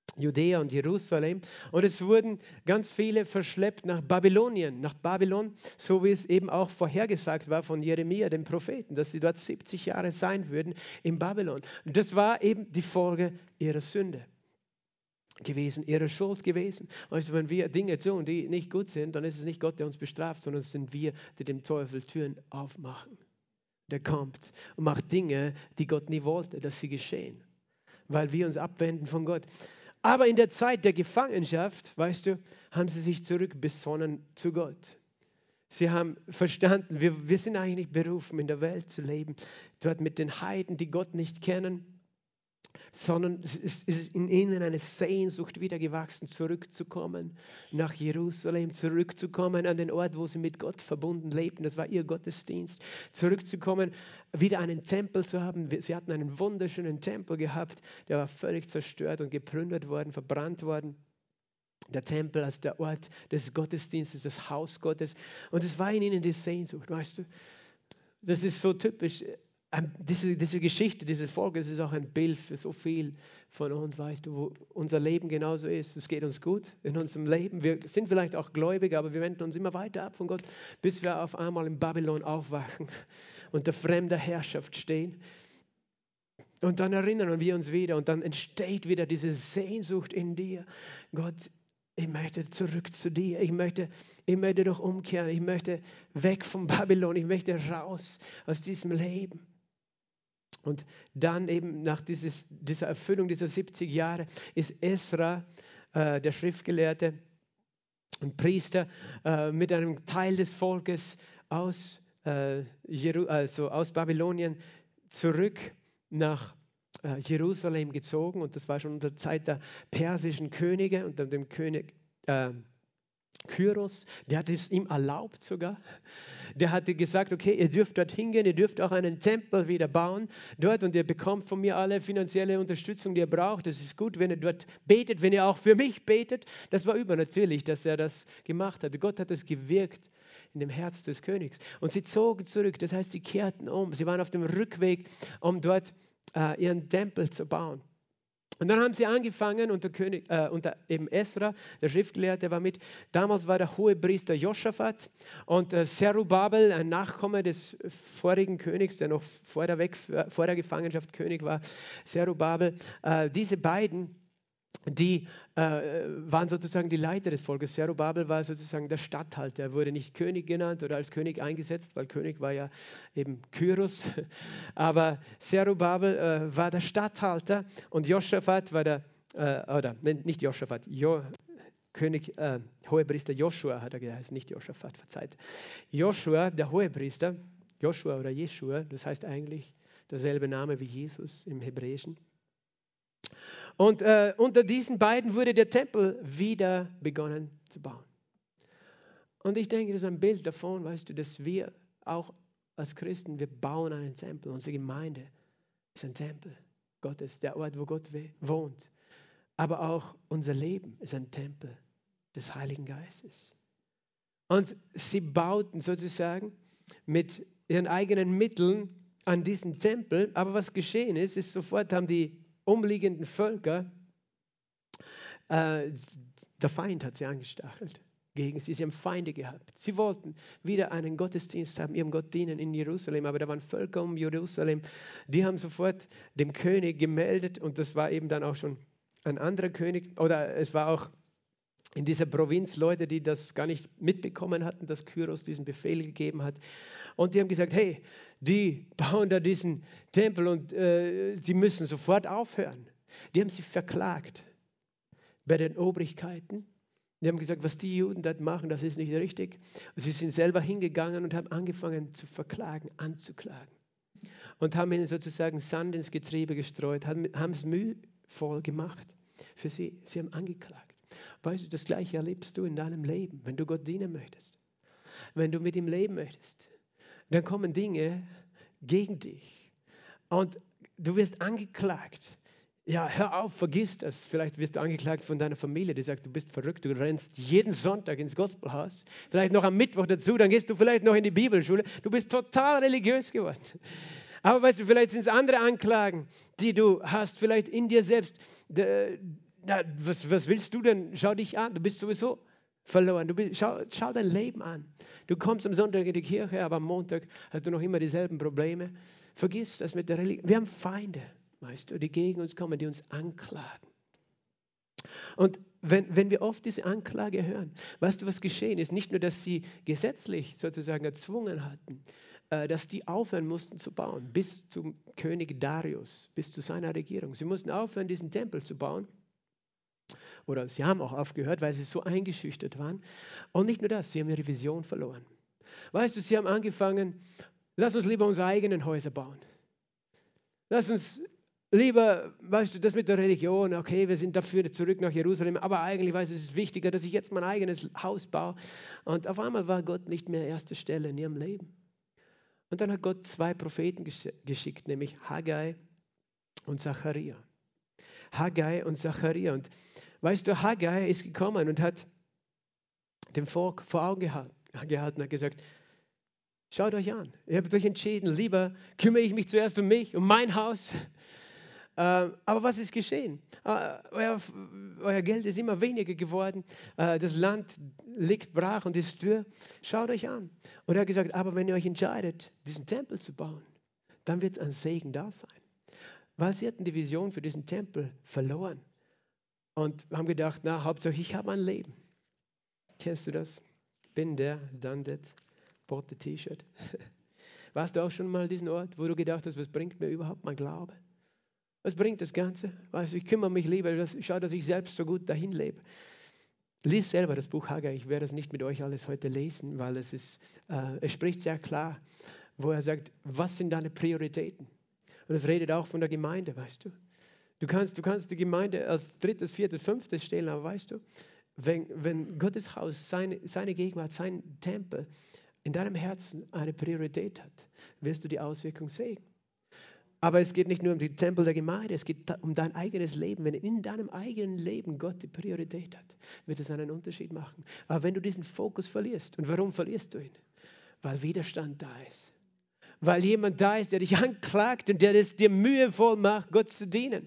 Judäa und Jerusalem. Und es wurden ganz viele verschleppt nach Babylonien, nach Babylon, so wie es eben auch vorhergesagt war von Jeremia, dem Propheten, dass sie dort siebzig Jahre sein würden in Babylon. Und das war eben die Folge ihrer Sünde gewesen, ihre Schuld gewesen. Also wenn wir Dinge tun, die nicht gut sind, dann ist es nicht Gott, der uns bestraft, sondern es sind wir, die dem Teufel Türen aufmachen. Der kommt und macht Dinge, die Gott nie wollte, dass sie geschehen, weil wir uns abwenden von Gott. Aber in der Zeit der Gefangenschaft, weißt du, haben sie sich zurückbesonnen zu Gott. Sie haben verstanden, wir, wir sind eigentlich nicht berufen, in der Welt zu leben, dort mit den Heiden, die Gott nicht kennen, sondern es ist in ihnen eine Sehnsucht wieder gewachsen, zurückzukommen nach Jerusalem, zurückzukommen an den Ort, wo sie mit Gott verbunden lebten. Das war ihr Gottesdienst. Zurückzukommen, wieder einen Tempel zu haben. Sie hatten einen wunderschönen Tempel gehabt, der war völlig zerstört und geplündert worden, verbrannt worden. Der Tempel als der Ort des Gottesdienstes, das Haus Gottes. Und es war in ihnen die Sehnsucht, weißt du. Das ist so typisch. Diese, diese Geschichte, diese Folge, es ist auch ein Bild für so viel von uns, weißt du, wo unser Leben genauso ist. Es geht uns gut in unserem Leben. Wir sind vielleicht auch gläubig, aber wir wenden uns immer weiter ab von Gott, bis wir auf einmal in Babylon aufwachen, unter fremder Herrschaft stehen. Und dann erinnern wir uns wieder und dann entsteht wieder diese Sehnsucht in dir. Gott, ich möchte zurück zu dir. Ich möchte, ich möchte doch umkehren. Ich möchte weg von Babylon. Ich möchte raus aus diesem Leben. Und dann eben nach dieses, dieser Erfüllung dieser siebzig Jahre ist Esra, äh, der Schriftgelehrte und Priester, äh, mit einem Teil des Volkes aus, äh, Jeru- also aus Babylonien zurück nach äh, Jerusalem gezogen. Und das war schon unter der Zeit der persischen Könige unter dem König äh, Kyros, der hat es ihm erlaubt sogar. Der hatte gesagt, okay, ihr dürft dort hingehen, ihr dürft auch einen Tempel wieder bauen dort und ihr bekommt von mir alle finanzielle Unterstützung, die ihr braucht. Es ist gut, wenn ihr dort betet, wenn ihr auch für mich betet. Das war übernatürlich, dass er das gemacht hat. Gott hat es gewirkt in dem Herz des Königs. Und sie zogen zurück, das heißt, sie kehrten um. Sie waren auf dem Rückweg, um dort äh, ihren Tempel zu bauen. Und dann haben sie angefangen unter, König, äh, unter eben Esra, der Schriftgelehrte war mit. Damals war der Hohepriester Josaphat und äh, Zerubabel, ein Nachkomme des vorigen Königs, der noch vor der, Weg, vor der Gefangenschaft König war, Zerubabel. Äh, diese beiden, die äh, waren sozusagen die Leiter des Volkes. Zerubabel war sozusagen der Statthalter. Er wurde nicht König genannt oder als König eingesetzt, weil König war ja eben Kyros. Aber Zerubabel äh, war der Statthalter und Josaphat war der, äh, oder nicht Josaphat, jo, König, äh, Hohepriester Joshua hat er geheißen, nicht Josaphat, verzeiht. Joshua, der Hohepriester, Joshua oder Jeschua, das heißt eigentlich derselbe Name wie Jesus im Hebräischen. Und äh, unter diesen beiden wurde der Tempel wieder begonnen zu bauen. Und ich denke, das ist ein Bild davon, weißt du, dass wir auch als Christen, wir bauen einen Tempel. Unsere Gemeinde ist ein Tempel Gottes, der Ort, wo Gott wohnt. Aber auch unser Leben ist ein Tempel des Heiligen Geistes. Und sie bauten sozusagen mit ihren eigenen Mitteln an diesen Tempel. Aber was geschehen ist, ist sofort haben die umliegenden Völker, äh, der Feind hat sie angestachelt gegen sie. Sie haben Feinde gehabt. Sie wollten wieder einen Gottesdienst haben, ihrem Gott dienen in Jerusalem, aber da waren Völker um Jerusalem, die haben sofort dem König gemeldet und das war eben dann auch schon ein anderer König oder es war auch in dieser Provinz Leute, die das gar nicht mitbekommen hatten, dass Kyros diesen Befehl gegeben hat. Und die haben gesagt, hey, die bauen da diesen Tempel und äh, sie müssen sofort aufhören. Die haben sie verklagt bei den Obrigkeiten. Die haben gesagt, was die Juden dort machen, das ist nicht richtig. Und sie sind selber hingegangen und haben angefangen zu verklagen, anzuklagen. Und haben ihnen sozusagen Sand ins Getriebe gestreut, haben, haben es mühevoll gemacht für sie. Sie haben angeklagt. Weißt du, das Gleiche erlebst du in deinem Leben, wenn du Gott dienen möchtest. Wenn du mit ihm leben möchtest, dann kommen Dinge gegen dich. Und du wirst angeklagt. Ja, hör auf, vergiss das. Vielleicht wirst du angeklagt von deiner Familie, die sagt, du bist verrückt, du rennst jeden Sonntag ins Gospelhaus. Vielleicht noch am Mittwoch dazu, dann gehst du vielleicht noch in die Bibelschule. Du bist total religiös geworden. Aber weißt du, vielleicht sind es andere Anklagen, die du hast, vielleicht in dir selbst. na, was, was willst du denn? Schau dich an, du bist sowieso verloren. Du bist, schau, schau dein Leben an. Du kommst am Sonntag in die Kirche, aber am Montag hast du noch immer dieselben Probleme. Vergiss das mit der Religion. Wir haben Feinde, weißt du, die gegen uns kommen, die uns anklagen. Und wenn, wenn wir oft diese Anklage hören, weißt du, was geschehen ist? Nicht nur, dass sie gesetzlich sozusagen erzwungen hatten, äh, dass die aufhören mussten zu bauen, bis zum König Darius, bis zu seiner Regierung. Sie mussten aufhören, diesen Tempel zu bauen. Oder sie haben auch aufgehört, weil sie so eingeschüchtert waren. Und nicht nur das, sie haben ihre Vision verloren. Weißt du, sie haben angefangen, lass uns lieber unsere eigenen Häuser bauen. Lass uns lieber, weißt du, das mit der Religion, okay, wir sind dafür zurück nach Jerusalem, aber eigentlich, weißt du, es ist wichtiger, dass ich jetzt mein eigenes Haus baue. Und auf einmal war Gott nicht mehr erste Stelle in ihrem Leben. Und dann hat Gott zwei Propheten gesch- geschickt, nämlich Haggai und Zacharia. Haggai und Zacharia. Und weißt du, Haggai ist gekommen und hat dem Volk vor Augen gehalten, gehalten hat gesagt, schaut euch an, ihr habt euch entschieden, lieber kümmere ich mich zuerst um mich, um mein Haus. Äh, aber was ist geschehen? Äh, euer, euer Geld ist immer weniger geworden, äh, das Land liegt brach und ist dürr. Schaut euch an. Und er hat gesagt, aber wenn ihr euch entscheidet, diesen Tempel zu bauen, dann wird ein Segen da sein. Weil sie hatten die Vision für diesen Tempel verloren und haben gedacht, na, Hauptsache ich habe ein Leben. Kennst du das? Bin der, done that, bought the T-Shirt. Warst du auch schon mal an diesem Ort, wo du gedacht hast, was bringt mir überhaupt mein Glaube? Was bringt das Ganze? Weißt du, ich kümmere mich lieber, dass, schau, dass ich selbst so gut dahin lebe. Lies selber das Buch Haggai. Ich werde es nicht mit euch alles heute lesen, weil es ist, äh, es spricht sehr klar, wo er sagt, was sind deine Prioritäten? Und es redet auch von der Gemeinde, weißt du. Du kannst, du kannst die Gemeinde als drittes, viertes, fünftes stellen, aber weißt du, wenn, wenn Gottes Haus, seine, seine Gegenwart, sein Tempel in deinem Herzen eine Priorität hat, wirst du die Auswirkung sehen. Aber es geht nicht nur um den Tempel der Gemeinde, es geht um dein eigenes Leben. Wenn in deinem eigenen Leben Gott die Priorität hat, wird es einen Unterschied machen. Aber wenn du diesen Fokus verlierst, und warum verlierst du ihn? Weil Widerstand da ist. Weil jemand da ist, der dich anklagt und der es dir mühevoll macht, Gott zu dienen.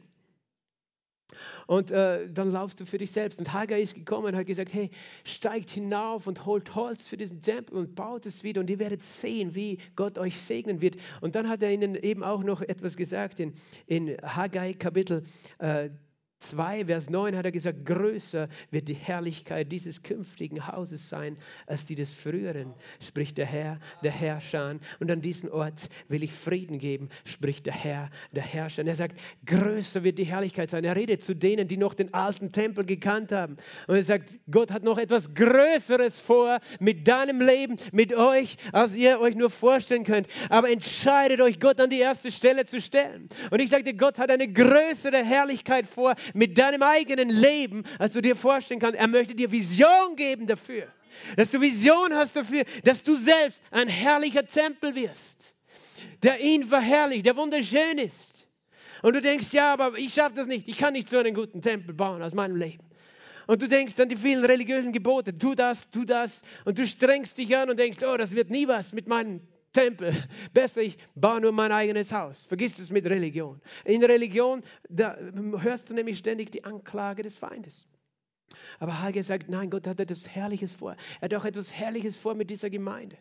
Und äh, dann laufst du für dich selbst. Und Haggai ist gekommen und hat gesagt, hey, steigt hinauf und holt Holz für diesen Tempel und baut es wieder und ihr werdet sehen, wie Gott euch segnen wird. Und dann hat er ihnen eben auch noch etwas gesagt in, in Haggai Kapitel äh, zwei, Vers neun hat er gesagt, größer wird die Herrlichkeit dieses künftigen Hauses sein, als die des früheren, spricht der Herr, der Herrscher. Und an diesem Ort will ich Frieden geben, spricht der Herr, der Herrscher. Und er sagt, größer wird die Herrlichkeit sein. Er redet zu denen, die noch den alten Tempel gekannt haben. Und er sagt, Gott hat noch etwas Größeres vor mit deinem Leben, mit euch, als ihr euch nur vorstellen könnt. Aber entscheidet euch, Gott an die erste Stelle zu stellen. Und ich sagte, Gott hat eine größere Herrlichkeit vor mit deinem eigenen Leben, als du dir vorstellen kannst. Er möchte dir Vision geben dafür. Dass du Vision hast dafür, dass du selbst ein herrlicher Tempel wirst, der ihn verherrlicht, der wunderschön ist. Und du denkst, ja, aber ich schaffe das nicht. Ich kann nicht so einen guten Tempel bauen aus meinem Leben. Und du denkst an die vielen religiösen Gebote. Tu das, tu das. Und du strengst dich an und denkst, oh, das wird nie was mit meinem Tempel. Besser, ich baue nur mein eigenes Haus. Vergiss es mit Religion. In Religion, da hörst du nämlich ständig die Anklage des Feindes. Aber Haggai sagt, nein, Gott hat etwas Herrliches vor. Er hat auch etwas Herrliches vor mit dieser Gemeinde.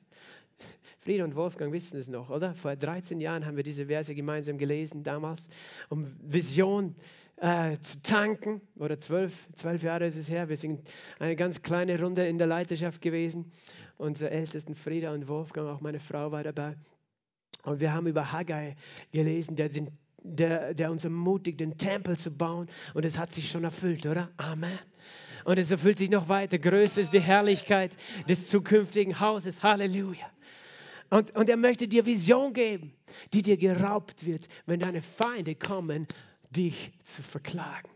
Frieda und Wolfgang wissen es noch, oder? Vor dreizehn Jahren haben wir diese Verse gemeinsam gelesen, damals, um Vision äh, zu tanken. Oder zwölf, zwölf Jahre ist es her. Wir sind eine ganz kleine Runde in der Leiterschaft gewesen. Unsere Ältesten, Frieda und Wolfgang, auch meine Frau war dabei. Und wir haben über Haggai gelesen, der, den, der, der uns ermutigt, den Tempel zu bauen. Und es hat sich schon erfüllt, oder? Amen. Und es erfüllt sich noch weiter. Größer ist die Herrlichkeit des zukünftigen Hauses. Halleluja. Und, und er möchte dir Vision geben, die dir geraubt wird, wenn deine Feinde kommen, dich zu verklagen.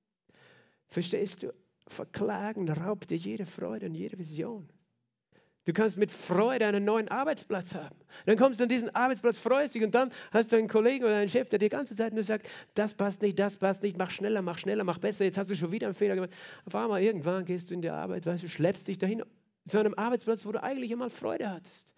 Verstehst du? Verklagen raubt dir jede Freude und jede Vision. Du kannst mit Freude einen neuen Arbeitsplatz haben. Dann kommst du an diesen Arbeitsplatz, freust dich und dann hast du einen Kollegen oder einen Chef, der die ganze Zeit nur sagt, das passt nicht, das passt nicht, mach schneller, mach schneller, mach besser, jetzt hast du schon wieder einen Fehler gemacht. Auf einmal irgendwann gehst du in die Arbeit, weißt du, schleppst dich dahin zu einem Arbeitsplatz, wo du eigentlich immer Freude hattest.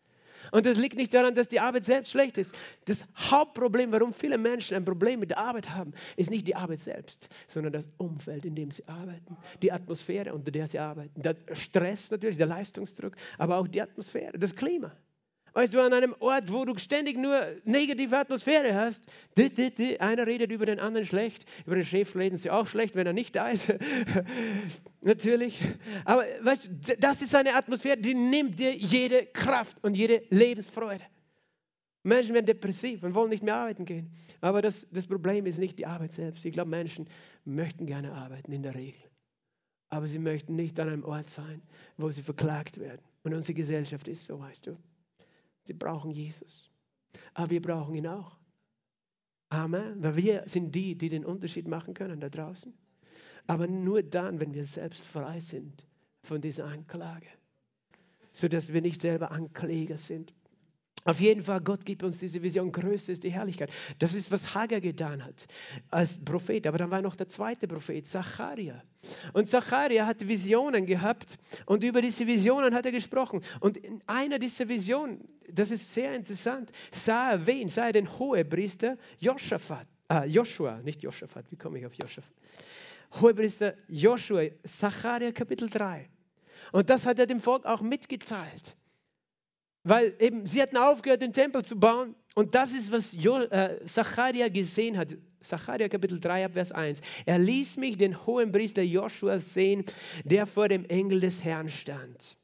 Und das liegt nicht daran, dass die Arbeit selbst schlecht ist. Das Hauptproblem, warum viele Menschen ein Problem mit der Arbeit haben, ist nicht die Arbeit selbst, sondern das Umfeld, in dem sie arbeiten. Die Atmosphäre, unter der sie arbeiten. Der Stress natürlich, der Leistungsdruck, aber auch die Atmosphäre, das Klima. Weißt du, an einem Ort, wo du ständig nur negative Atmosphäre hast, die, die, die, einer redet über den anderen schlecht, über den Chef reden sie auch schlecht, wenn er nicht da ist. Natürlich. Aber weißt du, das ist eine Atmosphäre, die nimmt dir jede Kraft und jede Lebensfreude. Menschen werden depressiv und wollen nicht mehr arbeiten gehen. Aber das, das Problem ist nicht die Arbeit selbst. Ich glaube, Menschen möchten gerne arbeiten in der Regel. Aber sie möchten nicht an einem Ort sein, wo sie verklagt werden. Und unsere Gesellschaft ist so, weißt du. Sie brauchen Jesus. Aber wir brauchen ihn auch. Amen. Weil wir sind die, die den Unterschied machen können da draußen. Aber nur dann, wenn wir selbst frei sind von dieser Anklage. Sodass wir nicht selber Ankläger sind. Auf jeden Fall, Gott gibt uns diese Vision. Größte ist die Herrlichkeit. Das ist, was Haggai getan hat als Prophet. Aber dann war noch der zweite Prophet, Zacharia. Und Zacharia hat Visionen gehabt und über diese Visionen hat er gesprochen. Und in einer dieser Visionen, das ist sehr interessant, sah er wen? Sah er den Hohepriester Joschafat. Ah, Joshua, nicht Joschafat. Wie komme ich auf Joschafat? Hohepriester Joshua, Zacharia Kapitel drei. Und das hat er dem Volk auch mitgeteilt. Weil eben, sie hatten aufgehört, den Tempel zu bauen. Und das ist, was jo, äh, Zacharia gesehen hat. Zacharia Kapitel drei, Vers eins. Er ließ mich den Hohenpriester Joshua sehen, der vor dem Engel des Herrn stand.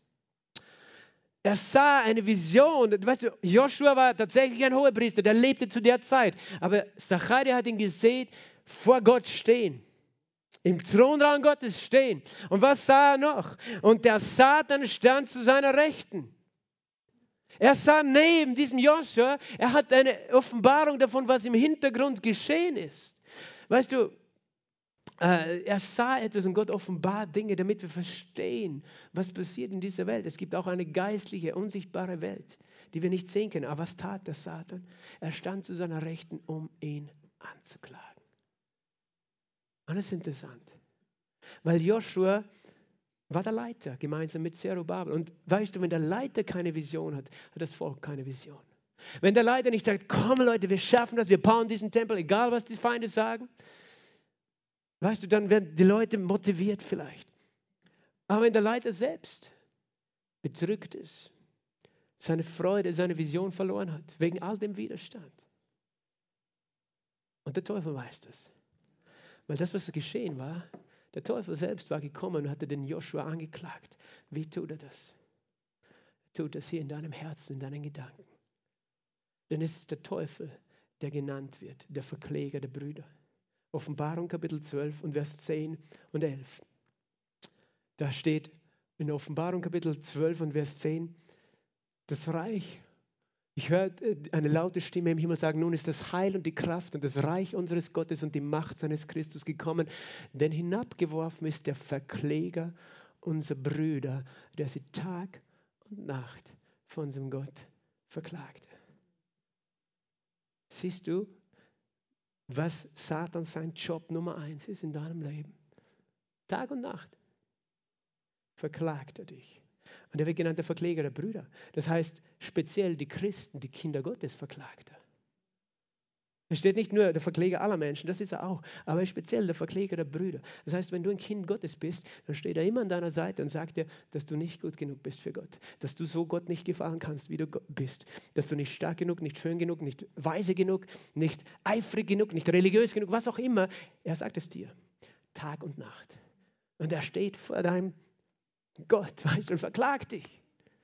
Er sah eine Vision. Weißt du, Joshua war tatsächlich ein Hohepriester, der lebte zu der Zeit. Aber Zacharia hat ihn gesehen, vor Gott stehen. Im Thronraum Gottes stehen. Und was sah er noch? Und der Satan stand zu seiner Rechten. Er sah neben diesem Joshua, er hat eine Offenbarung davon, was im Hintergrund geschehen ist. Weißt du, äh, er sah etwas und Gott offenbart Dinge, damit wir verstehen, was passiert in dieser Welt. Es gibt auch eine geistliche, unsichtbare Welt, die wir nicht sehen können. Aber was tat der Satan? Er stand zu seiner Rechten, um ihn anzuklagen. Und das ist interessant, weil Joshua war der Leiter, gemeinsam mit Zerubabel. Und weißt du, wenn der Leiter keine Vision hat, hat das Volk keine Vision. Wenn der Leiter nicht sagt, komm Leute, wir schaffen das, wir bauen diesen Tempel, egal was die Feinde sagen, weißt du, dann werden die Leute motiviert vielleicht. Aber wenn der Leiter selbst bedrückt ist, seine Freude, seine Vision verloren hat, wegen all dem Widerstand. Und der Teufel weiß das. Weil das, was geschehen war, der Teufel selbst war gekommen und hatte den Joshua angeklagt. Wie tut er das? Er tut das hier in deinem Herzen, in deinen Gedanken. Denn es ist der Teufel, der genannt wird, der Verkläger der Brüder. Offenbarung Kapitel zwölf und Vers zehn und elf. Da steht in Offenbarung Kapitel zwölf und Vers zehn, das Reich. Ich hörte eine laute Stimme im Himmel sagen, nun ist das Heil und die Kraft und das Reich unseres Gottes und die Macht seines Christus gekommen, denn hinabgeworfen ist der Verkläger unserer Brüder, der sie Tag und Nacht von unserem Gott verklagte. Siehst du, was Satan sein Job Nummer eins ist in deinem Leben? Tag und Nacht verklagt er dich. Und er wird genannt der Verkläger der Brüder. Das heißt, speziell die Christen, die Kinder Gottes verklagt er. Es steht nicht nur der Verkläger aller Menschen, das ist er auch, aber speziell der Verkläger der Brüder. Das heißt, wenn du ein Kind Gottes bist, dann steht er immer an deiner Seite und sagt dir, dass du nicht gut genug bist für Gott, dass du so Gott nicht gefallen kannst, wie du bist, dass du nicht stark genug, nicht schön genug, nicht weise genug, nicht eifrig genug, nicht religiös genug, was auch immer. Er sagt es dir, Tag und Nacht. Und er steht vor deinem Gott, weißt du, und verklagt dich.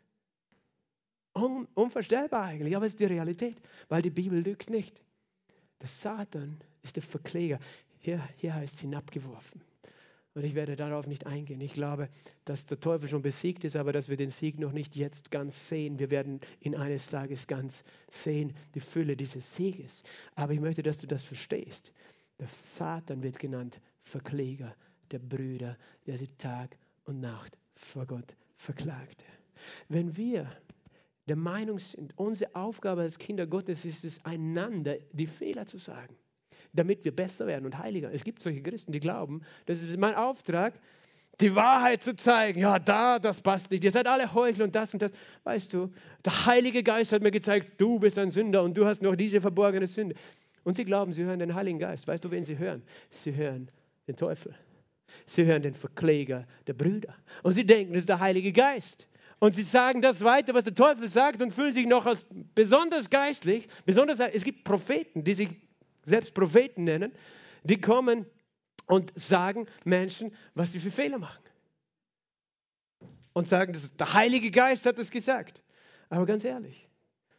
Un- unvorstellbar eigentlich, aber es ist die Realität, weil die Bibel lügt nicht. Der Satan ist der Verkläger. Hier, hier heißt es hinabgeworfen. Und ich werde darauf nicht eingehen. Ich glaube, dass der Teufel schon besiegt ist, aber dass wir den Sieg noch nicht jetzt ganz sehen. Wir werden ihn eines Tages ganz sehen, die Fülle dieses Sieges. Aber ich möchte, dass du das verstehst. Der Satan wird genannt Verkläger der Brüder, der sie Tag und Nacht vor Gott verklagte. Wenn wir der Meinung sind, unsere Aufgabe als Kinder Gottes ist es, einander die Fehler zu sagen, damit wir besser werden und heiliger. Es gibt solche Christen, die glauben, das ist mein Auftrag, die Wahrheit zu zeigen. Ja, da, das passt nicht. Ihr seid alle Heuchler und das und das. Weißt du, der Heilige Geist hat mir gezeigt, du bist ein Sünder und du hast noch diese verborgene Sünde. Und sie glauben, sie hören den Heiligen Geist. Weißt du, wen sie hören? Sie hören den Teufel. Sie hören den Verkläger der Brüder. Und sie denken, das ist der Heilige Geist. Und sie sagen das weiter, was der Teufel sagt und fühlen sich noch als besonders geistlich. Besonders, es gibt Propheten, die sich selbst Propheten nennen, die kommen und sagen Menschen, was sie für Fehler machen. Und sagen, das ist, der Heilige Geist hat es gesagt. Aber ganz ehrlich,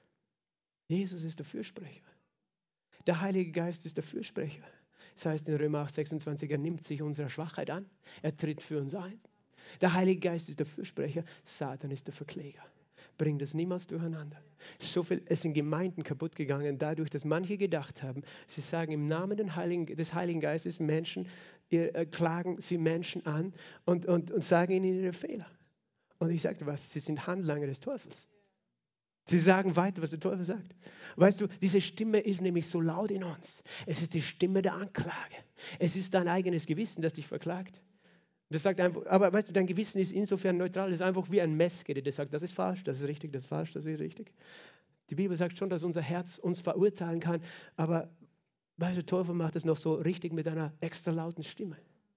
Jesus ist der Fürsprecher. Der Heilige Geist ist der Fürsprecher. Das heißt in Römer acht, sechsundzwanzig, er nimmt sich unserer Schwachheit an. Er tritt für uns ein. Der Heilige Geist ist der Fürsprecher. Satan ist der Verkläger. Bringt das niemals durcheinander. So viel, es sind Gemeinden kaputt gegangen, dadurch, dass manche gedacht haben, sie sagen im Namen des Heiligen, des Heiligen Geistes Menschen, ihr, äh, klagen sie Menschen an und, und, und sagen ihnen ihre Fehler. Und ich sagte was, sie sind Handlanger des Teufels. Sie sagen weiter, was der Teufel sagt. Weißt du, diese Stimme ist nämlich so laut in uns. Es ist die Stimme der Anklage. Es ist dein eigenes Gewissen, das dich verklagt. Das sagt einfach, aber weißt du, dein Gewissen ist insofern neutral, es ist einfach wie ein Messgerät, das sagt, das ist falsch, das ist richtig, das ist falsch, das ist richtig. Die Bibel sagt schon, dass unser Herz uns verurteilen kann, aber weißt du, der Teufel macht es noch so richtig mit einer extra lauten Stimme.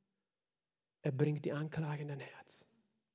Er bringt die Anklage in dein Herz.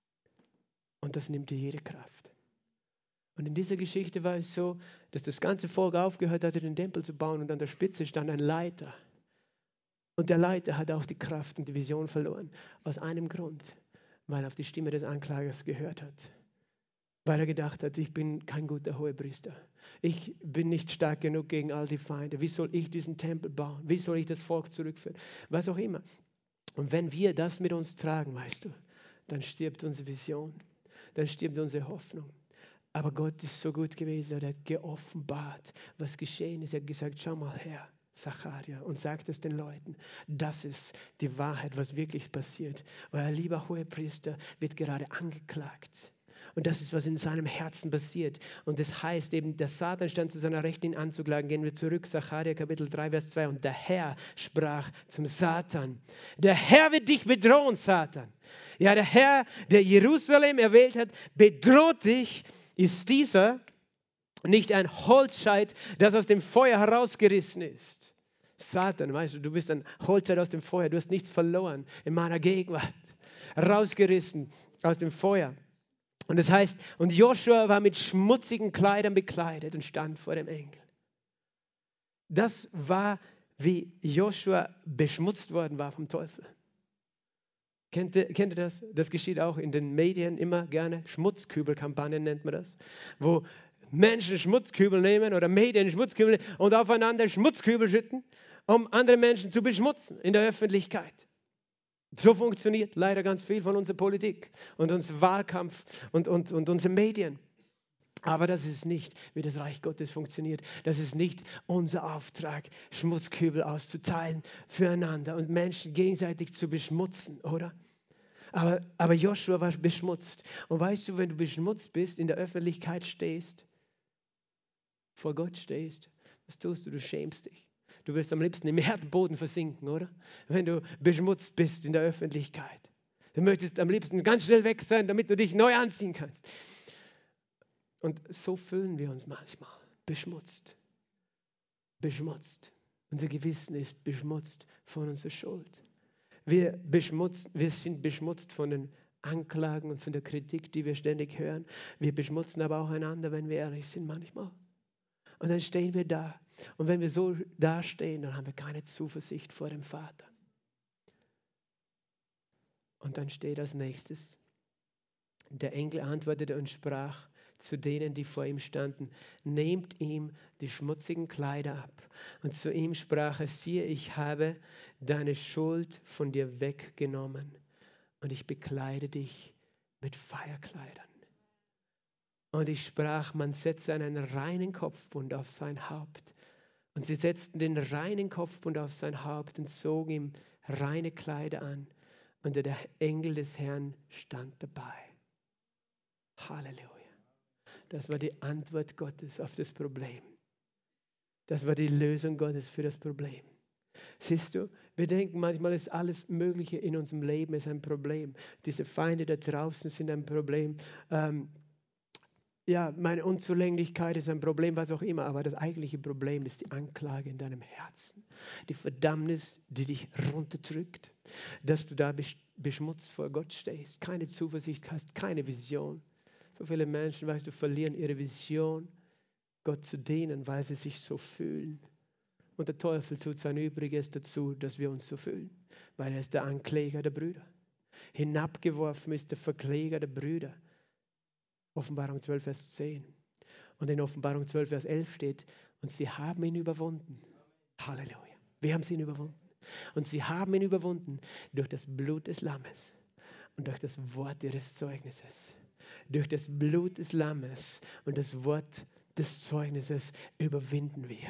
Und das nimmt dir jede Kraft. Und in dieser Geschichte war es so, dass das ganze Volk aufgehört hatte, den Tempel zu bauen und an der Spitze stand ein Leiter. Und der Leiter hat auch die Kraft und die Vision verloren. Aus einem Grund, weil er auf die Stimme des Anklagers gehört hat. Weil er gedacht hat, ich bin kein guter Hohepriester. Ich bin nicht stark genug gegen all die Feinde. Wie soll ich diesen Tempel bauen? Wie soll ich das Volk zurückführen? Was auch immer. Und wenn wir das mit uns tragen, weißt du, dann stirbt unsere Vision. Dann stirbt unsere Hoffnung. Aber Gott ist so gut gewesen, er hat geoffenbart, was geschehen ist. Er hat gesagt, schau mal her, Zacharia, und sagt es den Leuten. Das ist die Wahrheit, was wirklich passiert. Euer lieber Hohepriester wird gerade angeklagt. Und das ist, was in seinem Herzen passiert. Und das heißt eben, der Satan stand zu seiner Rechten, ihn anzuklagen. Gehen wir zurück, Zacharia Kapitel drei, Vers zwei. Und der Herr sprach zum Satan, der Herr wird dich bedrohen, Satan. Ja, der Herr, der Jerusalem erwählt hat, bedroht dich. Ist dieser nicht ein Holzscheit, das aus dem Feuer herausgerissen ist? Satan, weißt du, du bist ein Holzscheit aus dem Feuer, du hast nichts verloren in meiner Gegenwart. Rausgerissen aus dem Feuer. Und das heißt, und Joshua war mit schmutzigen Kleidern bekleidet und stand vor dem Engel. Das war, wie Joshua beschmutzt worden war vom Teufel. Kennt ihr, kennt ihr das? Das geschieht auch in den Medien immer gerne. Schmutzkübelkampagnen nennt man das. Wo Menschen Schmutzkübel nehmen oder Medien Schmutzkübel nehmen und aufeinander Schmutzkübel schütten, um andere Menschen zu beschmutzen in der Öffentlichkeit. So funktioniert leider ganz viel von unserer Politik und unserem Wahlkampf und, und, und unseren Medien. Aber das ist nicht, wie das Reich Gottes funktioniert. Das ist nicht unser Auftrag, Schmutzkübel auszuteilen füreinander und Menschen gegenseitig zu beschmutzen, oder? Aber, aber Joshua war beschmutzt. Und weißt du, wenn du beschmutzt bist, in der Öffentlichkeit stehst, vor Gott stehst, was tust du? Du schämst dich. Du wirst am liebsten im Erdboden versinken, oder? Wenn du beschmutzt bist in der Öffentlichkeit. Du möchtest am liebsten ganz schnell weg sein, damit du dich neu anziehen kannst. Und so fühlen wir uns manchmal. Beschmutzt. Beschmutzt. Unser Gewissen ist beschmutzt von unserer Schuld. Wir, beschmutzt, wir sind beschmutzt von den Anklagen und von der Kritik, die wir ständig hören. Wir beschmutzen aber auch einander, wenn wir ehrlich sind manchmal. Und dann stehen wir da. Und wenn wir so dastehen, dann haben wir keine Zuversicht vor dem Vater. Und dann steht als nächstes, der Engel antwortete und sprach zu denen, die vor ihm standen, nehmt ihm die schmutzigen Kleider ab. Und zu ihm sprach er, siehe, ich habe deine Schuld von dir weggenommen und ich bekleide dich mit Feierkleidern. Und ich sprach, man setze einen reinen Kopfbund auf sein Haupt. Und sie setzten den reinen Kopfbund auf sein Haupt und zogen ihm reine Kleider an. Und der Engel des Herrn stand dabei. Halleluja. Das war die Antwort Gottes auf das Problem. Das war die Lösung Gottes für das Problem. Siehst du, wir denken manchmal, ist alles Mögliche in unserem Leben ist ein Problem. Diese Feinde da draußen sind ein Problem. Ähm, ja, meine Unzulänglichkeit ist ein Problem, was auch immer. Aber das eigentliche Problem ist die Anklage in deinem Herzen. Die Verdammnis, die dich runterdrückt. Dass du da besch- beschmutzt vor Gott stehst. Keine Zuversicht hast, keine Vision. So viele Menschen, weißt du, verlieren ihre Vision, Gott zu dienen, weil sie sich so fühlen. Und der Teufel tut sein Übriges dazu, dass wir uns so fühlen. Weil er ist der Ankläger der Brüder. Hinabgeworfen ist der Verkläger der Brüder. Offenbarung zwölf, Vers zehn. Und in Offenbarung zwölf, Vers elf steht, und sie haben ihn überwunden. Halleluja. Wir haben ihn überwunden. Und sie haben ihn überwunden durch das Blut des Lammes und durch das Wort ihres Zeugnisses. Durch das Blut des Lammes und das Wort des Zeugnisses überwinden wir.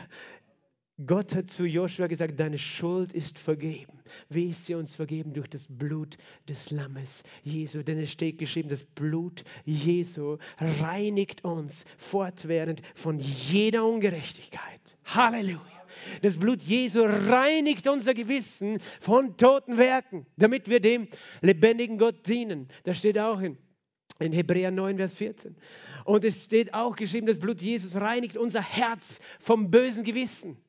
Gott hat zu Joshua gesagt, deine Schuld ist vergeben. Wie ist sie uns vergeben? Durch das Blut des Lammes Jesu. Denn es steht geschrieben, das Blut Jesu reinigt uns fortwährend von jeder Ungerechtigkeit. Halleluja. Das Blut Jesu reinigt unser Gewissen von toten Werken, damit wir dem lebendigen Gott dienen. Das steht auch in In Hebräer neun, Vers vierzehn. Und es steht auch geschrieben, das Blut Jesus reinigt unser Herz vom bösen Gewissen.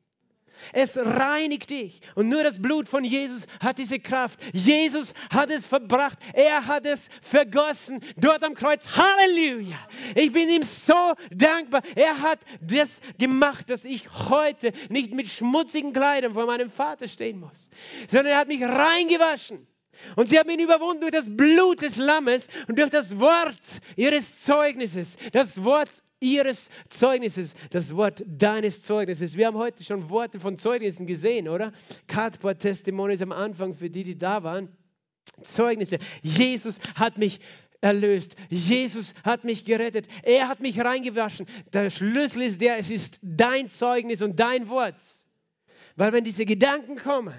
Es reinigt dich. Und nur das Blut von Jesus hat diese Kraft. Jesus hat es verbracht. Er hat es vergossen. Dort am Kreuz. Halleluja. Ich bin ihm so dankbar. Er hat das gemacht, dass ich heute nicht mit schmutzigen Kleidern vor meinem Vater stehen muss. Sondern er hat mich reingewaschen. Und sie haben ihn überwunden durch das Blut des Lammes und durch das Wort ihres Zeugnisses. Das Wort ihres Zeugnisses, das Wort deines Zeugnisses. Wir haben heute schon Worte von Zeugnissen gesehen, oder? Cardboard Testimonies am Anfang für die, die da waren. Zeugnisse. Jesus hat mich erlöst. Jesus hat mich gerettet. Er hat mich reingewaschen. Der Schlüssel ist der, es ist dein Zeugnis und dein Wort. Weil wenn diese Gedanken kommen,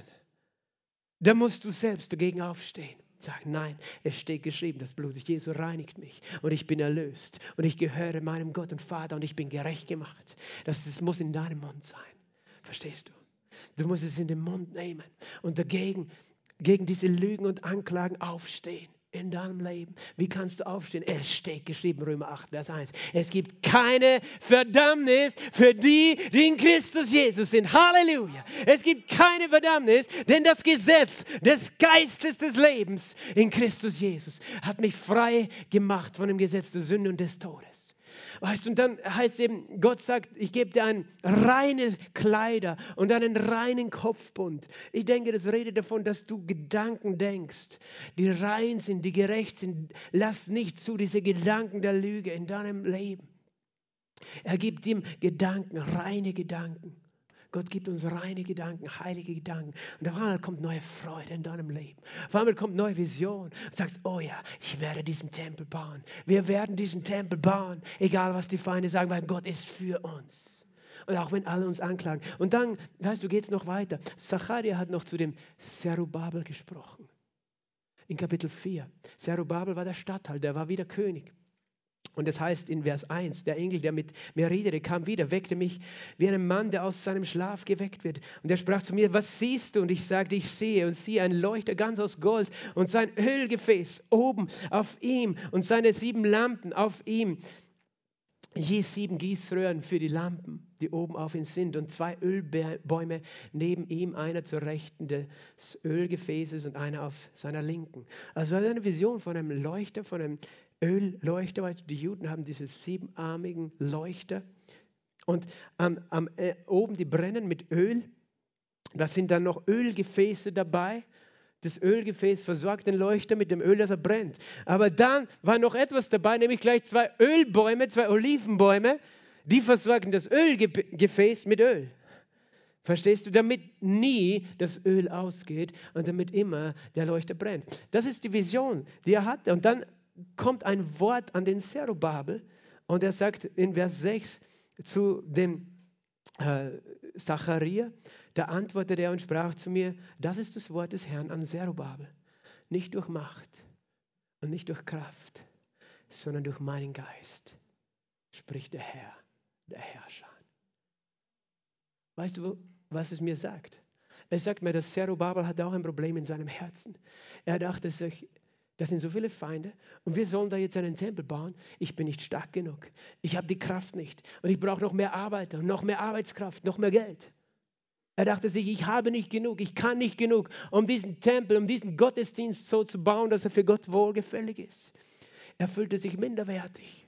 dann musst du selbst dagegen aufstehen. Sagen, nein, es steht geschrieben, das Blut Jesu reinigt mich und ich bin erlöst und ich gehöre meinem Gott und Vater und ich bin gerecht gemacht. Das, das muss in deinem Mund sein. Verstehst du? Du musst es in den Mund nehmen und dagegen, gegen diese Lügen und Anklagen aufstehen. In deinem Leben. Wie kannst du aufstehen? Es steht geschrieben, Römer acht, Vers eins. Es gibt keine Verdammnis für die, die in Christus Jesus sind. Halleluja. Es gibt keine Verdammnis, denn das Gesetz des Geistes des Lebens in Christus Jesus hat mich frei gemacht von dem Gesetz der Sünde und des Todes. Weißt du, und dann heißt eben, Gott sagt, ich gebe dir ein reine Kleider und einen reinen Kopfbund. Ich denke, das redet davon, dass du Gedanken denkst, die rein sind, die gerecht sind. Lass nicht zu diese Gedanken der Lüge in deinem Leben. Er gibt ihm Gedanken, reine Gedanken. Gott gibt uns reine Gedanken, heilige Gedanken. Und auf einmal kommt neue Freude in deinem Leben. Auf einmal kommt neue Vision. Du sagst, oh ja, ich werde diesen Tempel bauen. Wir werden diesen Tempel bauen. Egal, was die Feinde sagen, weil Gott ist für uns. Und auch wenn alle uns anklagen. Und dann, weißt du, geht es noch weiter. Zacharia hat noch zu dem Zerubabel gesprochen. In Kapitel vier. Zerubabel war der Statthalter, der war wieder König. Und das heißt in Vers eins, der Engel, der mit mir redete, kam wieder, weckte mich wie ein Mann, der aus seinem Schlaf geweckt wird. Und er sprach zu mir, was siehst du? Und ich sagte, ich sehe und siehe ein Leuchter ganz aus Gold und sein Ölgefäß oben auf ihm und seine sieben Lampen auf ihm. Je sieben Gießröhren für die Lampen, die oben auf ihm sind und zwei Ölbäume neben ihm, einer zur Rechten des Ölgefäßes und einer auf seiner Linken. Also eine Vision von einem Leuchter, von einem Ölleuchter. Weißt du, die Juden haben diese siebenarmigen Leuchter und am, am, äh, oben die brennen mit Öl. Da sind dann noch Ölgefäße dabei. Das Ölgefäß versorgt den Leuchter mit dem Öl, das er brennt. Aber dann war noch etwas dabei, nämlich gleich zwei Ölbäume, zwei Olivenbäume, die versorgen das Ölgefäß mit Öl. Verstehst du? Damit nie das Öl ausgeht und damit immer der Leuchter brennt. Das ist die Vision, die er hatte. Und dann kommt ein Wort an den Zerubabel und er sagt in Vers sechs zu dem äh, Zacharia, da antwortete er und sprach zu mir, das ist das Wort des Herrn an Zerubabel. Nicht durch Macht und nicht durch Kraft, sondern durch meinen Geist, spricht der Herr, der Herrscher. Weißt du, was es mir sagt? Er sagt mir, dass Zerubabel hatte auch ein Problem in seinem Herzen. Er dachte sich, das sind so viele Feinde und wir sollen da jetzt einen Tempel bauen. Ich bin nicht stark genug. Ich habe die Kraft nicht und ich brauche noch mehr Arbeiter, noch mehr Arbeitskraft, noch mehr Geld. Er dachte sich, ich habe nicht genug, ich kann nicht genug, um diesen Tempel, um diesen Gottesdienst so zu bauen, dass er für Gott wohlgefällig ist. Er fühlte sich minderwertig.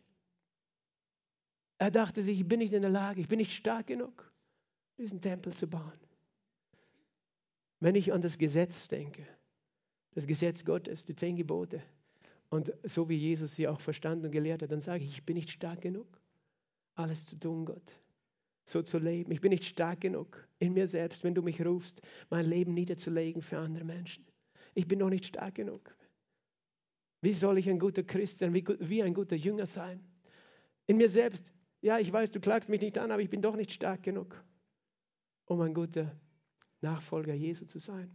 Er dachte sich, ich bin nicht in der Lage, ich bin nicht stark genug, diesen Tempel zu bauen. Wenn ich an das Gesetz denke, das Gesetz Gottes, die zehn Gebote, und so wie Jesus sie auch verstanden und gelehrt hat, dann sage ich, ich bin nicht stark genug, alles zu tun, Gott, so zu leben. Ich bin nicht stark genug in mir selbst, wenn du mich rufst, mein Leben niederzulegen für andere Menschen. Ich bin noch nicht stark genug. Wie soll ich ein guter Christ sein, wie, wie ein guter Jünger sein? In mir selbst, ja, ich weiß, du klagst mich nicht an, aber ich bin doch nicht stark genug, um ein guter Nachfolger Jesu zu sein.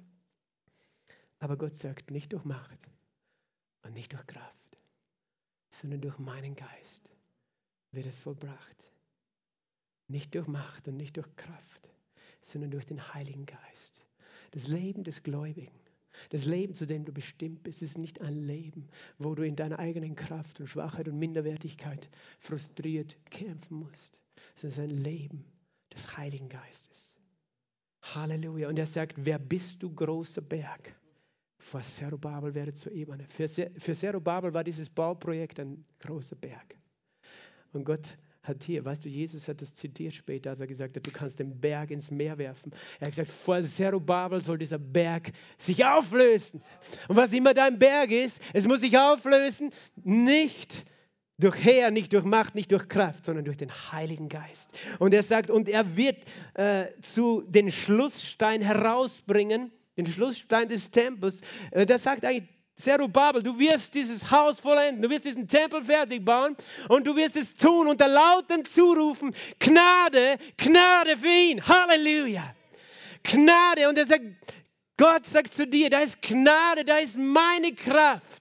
Aber Gott sagt, nicht durch Macht und nicht durch Kraft, sondern durch meinen Geist wird es vollbracht. Nicht durch Macht und nicht durch Kraft, sondern durch den Heiligen Geist. Das Leben des Gläubigen, das Leben, zu dem du bestimmt bist, ist nicht ein Leben, wo du in deiner eigenen Kraft und Schwachheit und Minderwertigkeit frustriert kämpfen musst, sondern es ist ein Leben des Heiligen Geistes. Halleluja. Und er sagt, wer bist du, großer Berg? Vor Zerubabel werde zur Ebene. Für, für Zerubabel war dieses Bauprojekt ein großer Berg. Und Gott hat hier, weißt du, Jesus hat das zitiert später, als er gesagt hat, du kannst den Berg ins Meer werfen. Er hat gesagt, vor Zerubabel soll dieser Berg sich auflösen. Und was immer dein Berg ist, es muss sich auflösen, nicht durch Heer, nicht durch Macht, nicht durch Kraft, sondern durch den Heiligen Geist. Und er sagt, und er wird äh, zu den Schlussstein herausbringen, den Schlussstein des Tempels. Äh, das sagt eigentlich Zerubabel, du wirst dieses Haus vollenden, du wirst diesen Tempel fertig bauen und du wirst es tun unter lautem Zurufen, Gnade, Gnade für ihn. Halleluja. Gnade. Und er sagt, Gott sagt zu dir, da ist Gnade, da ist meine Kraft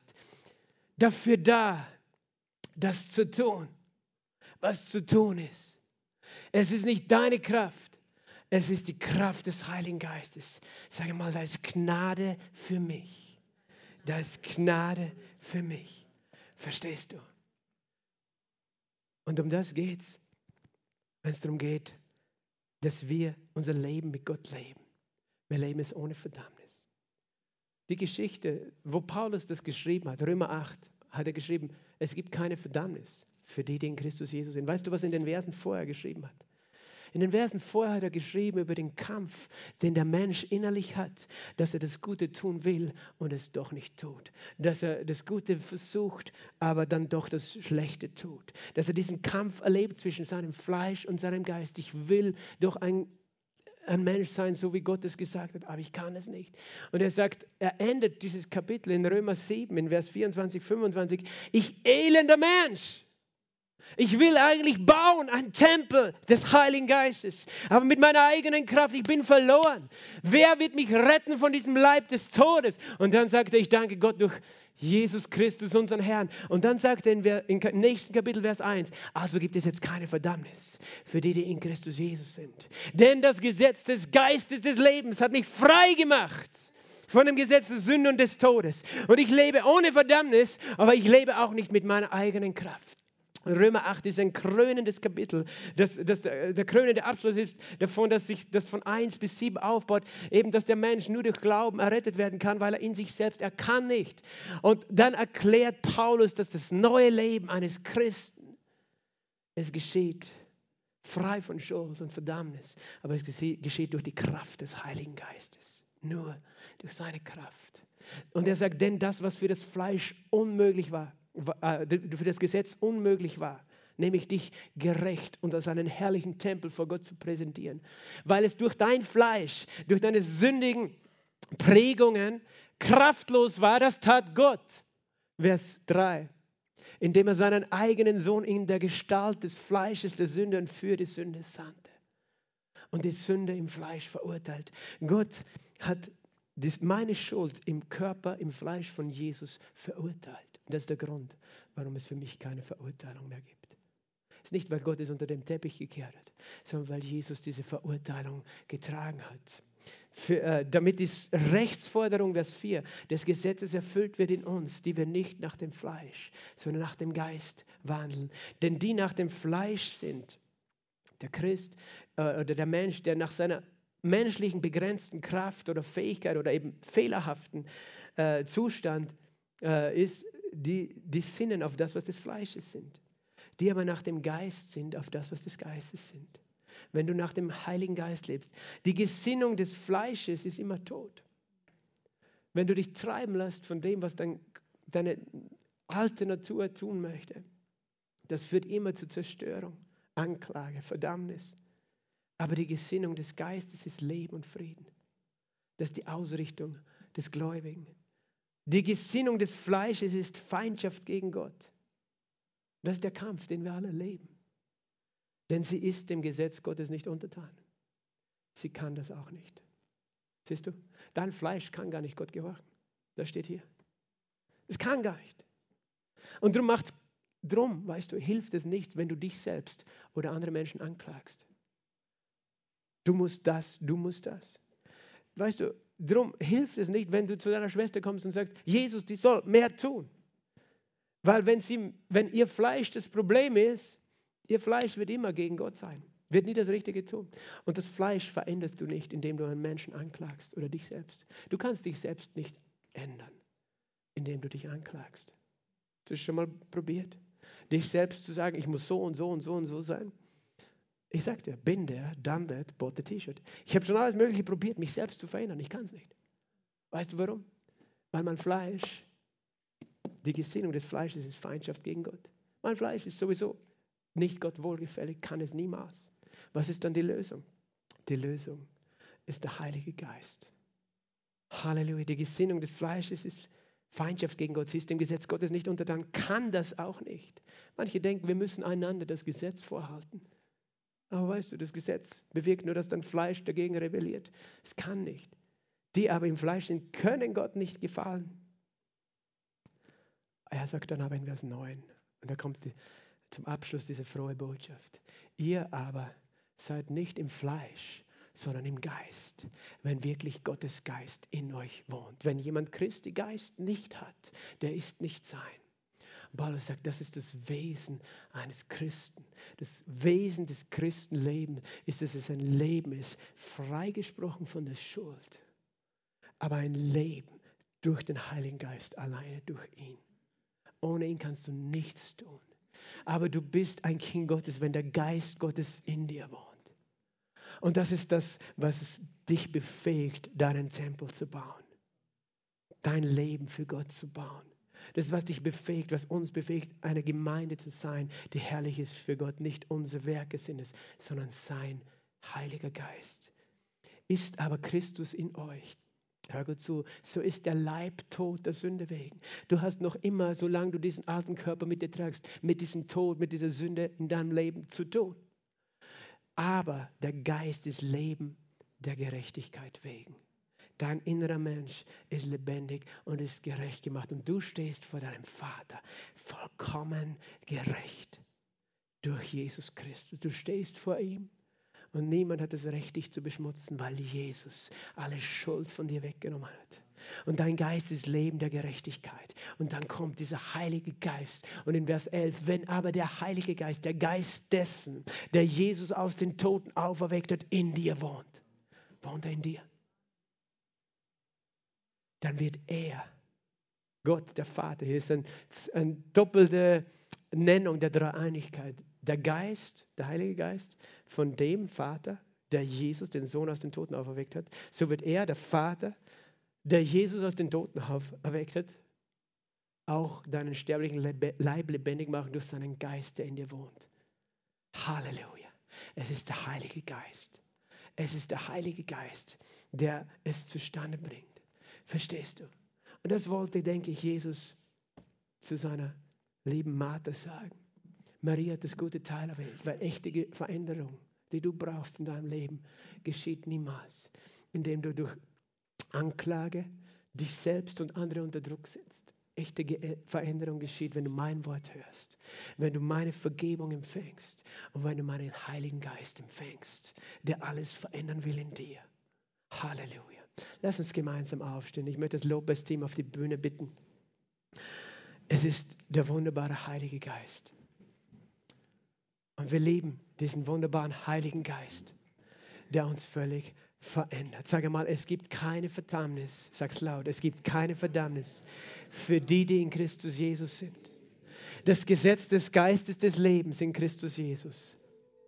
dafür da, das zu tun, was zu tun ist. Es ist nicht deine Kraft, es ist die Kraft des Heiligen Geistes. Sag mal, da ist Gnade für mich. Da ist Gnade für mich. Verstehst du? Und um das geht's, wenn es darum geht, dass wir unser Leben mit Gott leben. Wir leben es ohne Verdammnis. Die Geschichte, wo Paulus das geschrieben hat, Römer acht, hat er geschrieben, es gibt keine Verdammnis für die, die in Christus Jesus sind. Weißt du, was er in den Versen vorher geschrieben hat? In den Versen vorher hat er geschrieben über den Kampf, den der Mensch innerlich hat, dass er das Gute tun will und es doch nicht tut. Dass er das Gute versucht, aber dann doch das Schlechte tut. Dass er diesen Kampf erlebt zwischen seinem Fleisch und seinem Geist. Ich will doch ein, ein Mensch sein, so wie Gott es gesagt hat, aber ich kann es nicht. Und er sagt, er endet dieses Kapitel in Römer sieben, in Vers vierundzwanzig, fünfundzwanzig. Ich elender Mensch! Ich will eigentlich bauen, einen Tempel des Heiligen Geistes. Aber mit meiner eigenen Kraft, ich bin verloren. Wer wird mich retten von diesem Leib des Todes? Und dann sagte er, ich danke Gott durch Jesus Christus, unseren Herrn. Und dann sagte er im nächsten Kapitel, Vers eins, also gibt es jetzt keine Verdammnis für die, die in Christus Jesus sind. Denn das Gesetz des Geistes des Lebens hat mich frei gemacht von dem Gesetz der Sünde und des Todes. Und ich lebe ohne Verdammnis, aber ich lebe auch nicht mit meiner eigenen Kraft. Römer acht ist ein krönendes Kapitel. Das, das, der krönende Abschluss ist davon, dass sich das von eins bis sieben aufbaut, eben, dass der Mensch nur durch Glauben errettet werden kann, weil er in sich selbst, er kann nicht. Und dann erklärt Paulus, dass das neue Leben eines Christen, es geschieht frei von Schuld und Verdammnis, aber es geschieht durch die Kraft des Heiligen Geistes. Nur durch seine Kraft. Und er sagt, denn das, was für das Fleisch unmöglich war, für das Gesetz unmöglich war, nämlich dich gerecht und als einen herrlichen Tempel vor Gott zu präsentieren, weil es durch dein Fleisch, durch deine sündigen Prägungen kraftlos war, das tat Gott. Vers drei, indem er seinen eigenen Sohn in der Gestalt des Fleisches der Sünde und für die Sünde sandte und die Sünde im Fleisch verurteilt. Gott hat dies, meine Schuld im Körper, im Fleisch von Jesus verurteilt. Und das ist der Grund, warum es für mich keine Verurteilung mehr gibt. Es ist nicht, weil Gott es unter den Teppich gekehrt hat, sondern weil Jesus diese Verurteilung getragen hat. Für, äh, damit die Rechtsforderung, Vers vier, des Gesetzes erfüllt wird in uns, die wir nicht nach dem Fleisch, sondern nach dem Geist wandeln. Denn die nach dem Fleisch sind, der Christ äh, oder der Mensch, der nach seiner menschlichen begrenzten Kraft oder Fähigkeit oder eben fehlerhaften äh, Zustand äh, ist, die, die sinnen auf das, was des Fleisches sind. Die aber nach dem Geist sind, auf das, was des Geistes sind. Wenn du nach dem Heiligen Geist lebst. Die Gesinnung des Fleisches ist immer tot. Wenn du dich treiben lässt von dem, was dein, deine alte Natur tun möchte, das führt immer zu Zerstörung, Anklage, Verdammnis. Aber die Gesinnung des Geistes ist Leben und Frieden. Das ist die Ausrichtung des Gläubigen. Die Gesinnung des Fleisches ist Feindschaft gegen Gott. Das ist der Kampf, den wir alle leben. Denn sie ist dem Gesetz Gottes nicht untertan. Sie kann das auch nicht. Siehst du? Dein Fleisch kann gar nicht Gott gehorchen. Das steht hier. Es kann gar nicht. Und darum macht's, drum, weißt du, hilft es nichts, wenn du dich selbst oder andere Menschen anklagst. Du musst das, du musst das. Weißt du, drum hilft es nicht, wenn du zu deiner Schwester kommst und sagst, Jesus, die soll mehr tun. Weil wenn, sie, wenn ihr Fleisch das Problem ist, ihr Fleisch wird immer gegen Gott sein. Wird nie das Richtige tun. Und das Fleisch veränderst du nicht, indem du einen Menschen anklagst oder dich selbst. Du kannst dich selbst nicht ändern, indem du dich anklagst. Hast du das schon mal probiert? Dich selbst zu sagen, ich muss so und so und so und so sein? Ich sag dir, bin der, done that, bought the T-Shirt. Ich habe schon alles Mögliche probiert, mich selbst zu verändern. Ich kann es nicht. Weißt du warum? Weil mein Fleisch, die Gesinnung des Fleisches ist Feindschaft gegen Gott. Mein Fleisch ist sowieso nicht Gott wohlgefällig, kann es niemals. Was ist dann die Lösung? Die Lösung ist der Heilige Geist. Halleluja. Die Gesinnung des Fleisches ist Feindschaft gegen Gott. Sie ist dem Gesetz Gottes nicht untertan, kann das auch nicht. Manche denken, wir müssen einander das Gesetz vorhalten. Aber weißt du, das Gesetz bewirkt nur, dass dein Fleisch dagegen rebelliert. Es kann nicht. Die aber im Fleisch sind, können Gott nicht gefallen. Er sagt dann aber in Vers neun, und da kommt die, zum Abschluss diese frohe Botschaft. Ihr aber seid nicht im Fleisch, sondern im Geist, wenn wirklich Gottes Geist in euch wohnt. Wenn jemand Christi Geist nicht hat, der ist nicht sein. Paulus sagt, das ist das Wesen eines Christen. Das Wesen des Christenlebens ist, dass es ein Leben ist, freigesprochen von der Schuld, aber ein Leben durch den Heiligen Geist, alleine durch ihn. Ohne ihn kannst du nichts tun. Aber du bist ein Kind Gottes, wenn der Geist Gottes in dir wohnt. Und das ist das, was es dich befähigt, deinen Tempel zu bauen. Dein Leben für Gott zu bauen. Das, was dich befähigt, was uns befähigt, eine Gemeinde zu sein, die herrlich ist für Gott. Nicht unsere Werke sind es, sondern sein Heiliger Geist. Ist aber Christus in euch? Hör gut zu, so ist der Leib tot der Sünde wegen. Du hast noch immer, solange du diesen alten Körper mit dir trägst, mit diesem Tod, mit dieser Sünde in deinem Leben zu tun. Aber der Geist ist Leben der Gerechtigkeit wegen. Dein innerer Mensch ist lebendig und ist gerecht gemacht. Und du stehst vor deinem Vater vollkommen gerecht durch Jesus Christus. Du stehst vor ihm und niemand hat das Recht, dich zu beschmutzen, weil Jesus alle Schuld von dir weggenommen hat. Und dein Geist ist Leben der Gerechtigkeit. Und dann kommt dieser Heilige Geist. Und in Vers elf, wenn aber der Heilige Geist, der Geist dessen, der Jesus aus den Toten auferweckt hat, in dir wohnt, wohnt er in dir, dann wird er, Gott, der Vater, hier ist ein, eine doppelte Nennung der Dreieinigkeit. Der Geist, der Heilige Geist, von dem Vater, der Jesus, den Sohn aus den Toten auferweckt hat, so wird er, der Vater, der Jesus aus den Toten auferweckt hat, auch deinen sterblichen Leib lebendig machen durch seinen Geist, der in dir wohnt. Halleluja. Es ist der Heilige Geist. Es ist der Heilige Geist, der es zustande bringt. Verstehst du? Und das wollte, denke ich, Jesus zu seiner lieben Martha sagen. Maria hat das gute Teil erwählt, weil echte Veränderung, die du brauchst in deinem Leben, geschieht niemals, indem du durch Anklage dich selbst und andere unter Druck setzt. Echte Ge- Veränderung geschieht, wenn du mein Wort hörst, wenn du meine Vergebung empfängst und wenn du meinen Heiligen Geist empfängst, der alles verändern will in dir. Halleluja. Lass uns gemeinsam aufstehen. Ich möchte das Lobpreisteam auf die Bühne bitten. Es ist der wunderbare Heilige Geist. Und wir lieben diesen wunderbaren Heiligen Geist, der uns völlig verändert. Sag mal, es gibt keine Verdammnis. Sag's laut. Es gibt keine Verdammnis für die, die in Christus Jesus sind. Das Gesetz des Geistes des Lebens in Christus Jesus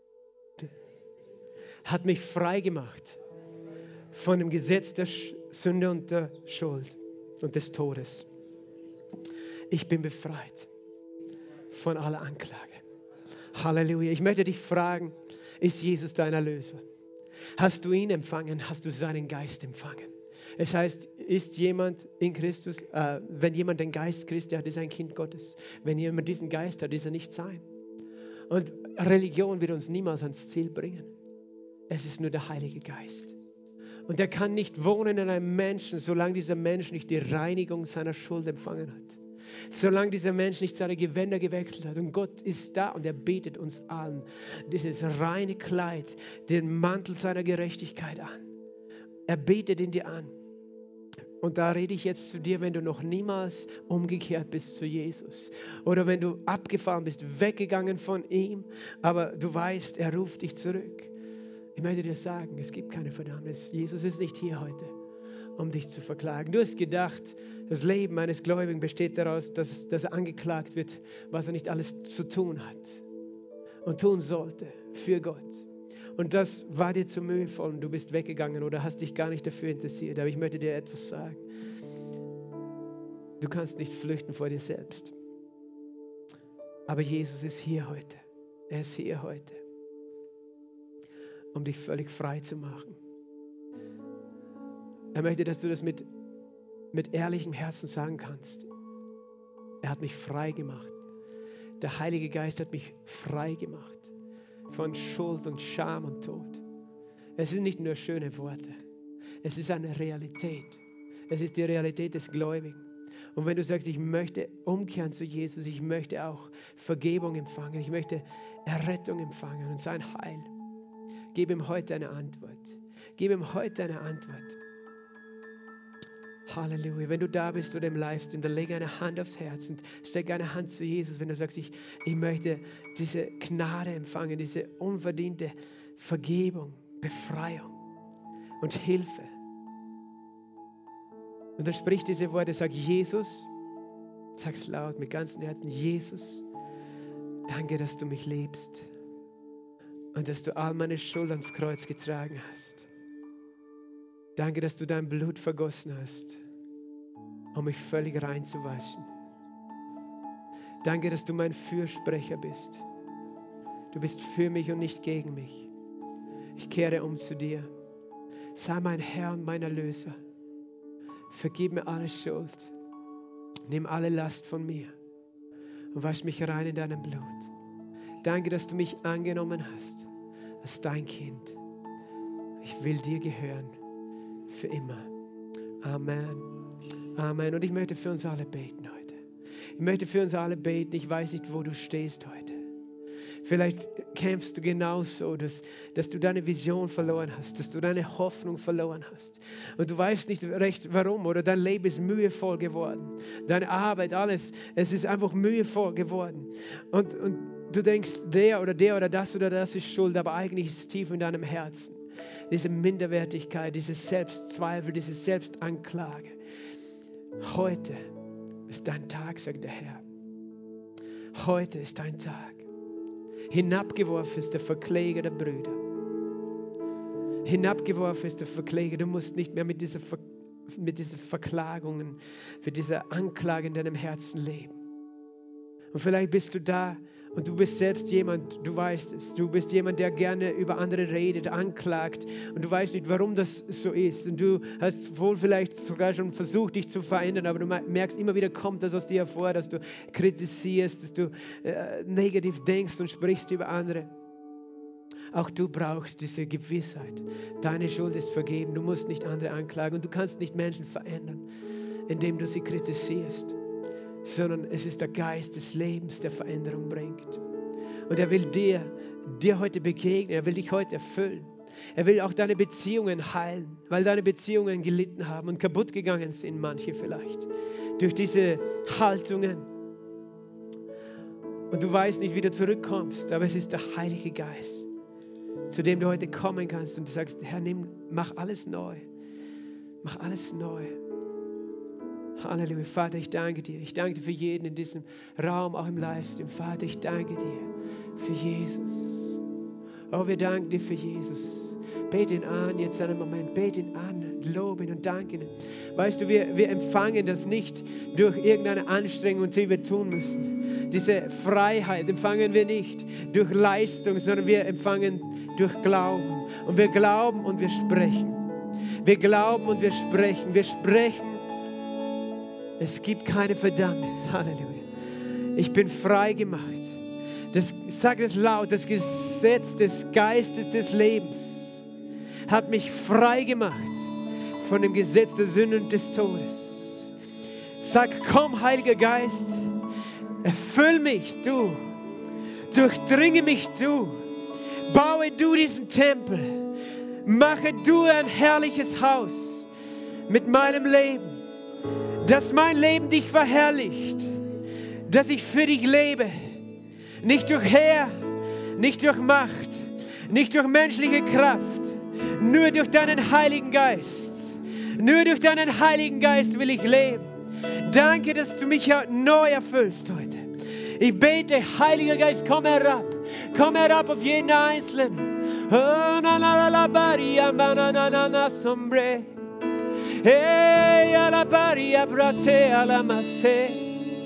hat mich frei gemacht von dem Gesetz der Sünde und der Schuld und des Todes. Ich bin befreit von aller Anklage. Halleluja. Ich möchte dich fragen, ist Jesus dein Erlöser? Hast du ihn empfangen? Hast du seinen Geist empfangen? Es heißt, ist jemand in Christus, äh, wenn jemand den Geist Christi hat, ist ein Kind Gottes. Wenn jemand diesen Geist hat, ist er nicht sein. Und Religion wird uns niemals ans Ziel bringen. Es ist nur der Heilige Geist. Und er kann nicht wohnen in einem Menschen, solange dieser Mensch nicht die Reinigung seiner Schuld empfangen hat. Solange dieser Mensch nicht seine Gewänder gewechselt hat. Und Gott ist da und er bietet uns allen dieses reine Kleid, den Mantel seiner Gerechtigkeit an. Er bietet ihn dir an. Und da rede ich jetzt zu dir, wenn du noch niemals umgekehrt bist zu Jesus. Oder wenn du abgefahren bist, weggegangen von ihm, aber du weißt, er ruft dich zurück. Ich möchte dir sagen, es gibt keine Verdammnis. Jesus ist nicht hier heute, um dich zu verklagen. Du hast gedacht, das Leben eines Gläubigen besteht daraus, dass, dass er angeklagt wird, was er nicht alles zu tun hat und tun sollte für Gott. Und das war dir zu mühevoll und du bist weggegangen oder hast dich gar nicht dafür interessiert. Aber ich möchte dir etwas sagen. Du kannst nicht flüchten vor dir selbst. Aber Jesus ist hier heute. Er ist hier heute, um dich völlig frei zu machen. Er möchte, dass du das mit, mit ehrlichem Herzen sagen kannst. Er hat mich frei gemacht. Der Heilige Geist hat mich frei gemacht von Schuld und Scham und Tod. Es sind nicht nur schöne Worte. Es ist eine Realität. Es ist die Realität des Gläubigen. Und wenn du sagst, ich möchte umkehren zu Jesus, ich möchte auch Vergebung empfangen, ich möchte Errettung empfangen und sein Heil, gib ihm heute eine Antwort. Gib ihm heute eine Antwort. Halleluja. Wenn du da bist oder im Livestream, dann lege eine Hand aufs Herz und steck eine Hand zu Jesus. Wenn du sagst, ich, ich möchte diese Gnade empfangen, diese unverdiente Vergebung, Befreiung und Hilfe. Und dann sprich diese Worte, sag Jesus, sag es laut mit ganzem Herzen, Jesus, danke, dass du mich liebst und dass du all meine Schuld ans Kreuz getragen hast. Danke, dass du dein Blut vergossen hast, um mich völlig reinzuwaschen. Danke, dass du mein Fürsprecher bist. Du bist für mich und nicht gegen mich. Ich kehre um zu dir. Sei mein Herr und mein Erlöser. Vergib mir alle Schuld. Nimm alle Last von mir und wasch mich rein in deinem Blut. Danke, dass du mich angenommen hast als dein Kind. Ich will dir gehören für immer. Amen. Amen. Und ich möchte für uns alle beten heute. Ich möchte für uns alle beten. Ich weiß nicht, wo du stehst heute. Vielleicht kämpfst du genauso, dass, dass du deine Vision verloren hast, dass du deine Hoffnung verloren hast. Und du weißt nicht recht, warum, oder dein Leben ist mühevoll geworden. Deine Arbeit, alles, es ist einfach mühevoll geworden. Und, und du denkst, der oder der oder das oder das ist schuld, aber eigentlich ist es tief in deinem Herzen. Diese Minderwertigkeit, diese Selbstzweifel, diese Selbstanklage. Heute ist dein Tag, sagt der Herr. Heute ist dein Tag. Hinabgeworfen ist der Verkläger der Brüder. Hinabgeworfen ist der Verkläger. Du musst nicht mehr mit diesen Ver mit diese Verklagungen, für diese Anklagen in deinem Herzen leben. Und vielleicht bist du da und du bist selbst jemand, du weißt es, du bist jemand, der gerne über andere redet, anklagt und du weißt nicht, warum das so ist. Und du hast wohl vielleicht sogar schon versucht, dich zu verändern, aber du merkst, immer wieder kommt das aus dir hervor, dass du kritisierst, dass du äh, negativ denkst und sprichst über andere. Auch du brauchst diese Gewissheit. Deine Schuld ist vergeben, du musst nicht andere anklagen und du kannst nicht Menschen verändern, indem du sie kritisierst. Sondern es ist der Geist des Lebens, der Veränderung bringt. Und er will dir, dir heute begegnen, er will dich heute erfüllen. Er will auch deine Beziehungen heilen, weil deine Beziehungen gelitten haben und kaputt gegangen sind, manche vielleicht, durch diese Haltungen. Und du weißt nicht, wie du zurückkommst, aber es ist der Heilige Geist, zu dem du heute kommen kannst und du sagst, Herr, nimm, mach alles neu. Mach alles neu. Halleluja. Vater, ich danke dir. Ich danke dir für jeden in diesem Raum, auch im Livestream. Vater, ich danke dir für Jesus. Oh, wir danken dir für Jesus. Bete ihn an, jetzt einen Moment. Bete ihn an, lobe ihn und danke ihn. Weißt du, wir, wir empfangen das nicht durch irgendeine Anstrengung, die wir tun müssen. Diese Freiheit empfangen wir nicht durch Leistung, sondern wir empfangen durch Glauben. Und wir glauben und wir sprechen. Wir glauben und wir sprechen. Wir sprechen. Es gibt keine Verdammnis. Halleluja. Ich bin frei gemacht. Das, sag es laut, das Gesetz des Geistes des Lebens hat mich frei gemacht von dem Gesetz der Sünde und des Todes. Sag, komm, Heiliger Geist, erfüll mich, du, durchdringe mich, du, baue du diesen Tempel, mache du ein herrliches Haus mit meinem Leben, dass mein Leben dich verherrlicht, dass ich für dich lebe. Nicht durch Heer, nicht durch Macht, nicht durch menschliche Kraft, nur durch deinen Heiligen Geist. Nur durch deinen Heiligen Geist will ich leben. Danke, dass du mich neu erfüllst heute. Ich bete, Heiliger Geist, komm herab. Komm herab auf jeden Einzelnen. Oh, na, na, la, baria, na, na, na, na, na, sombre. Hey, la, baria, brate, la, masse.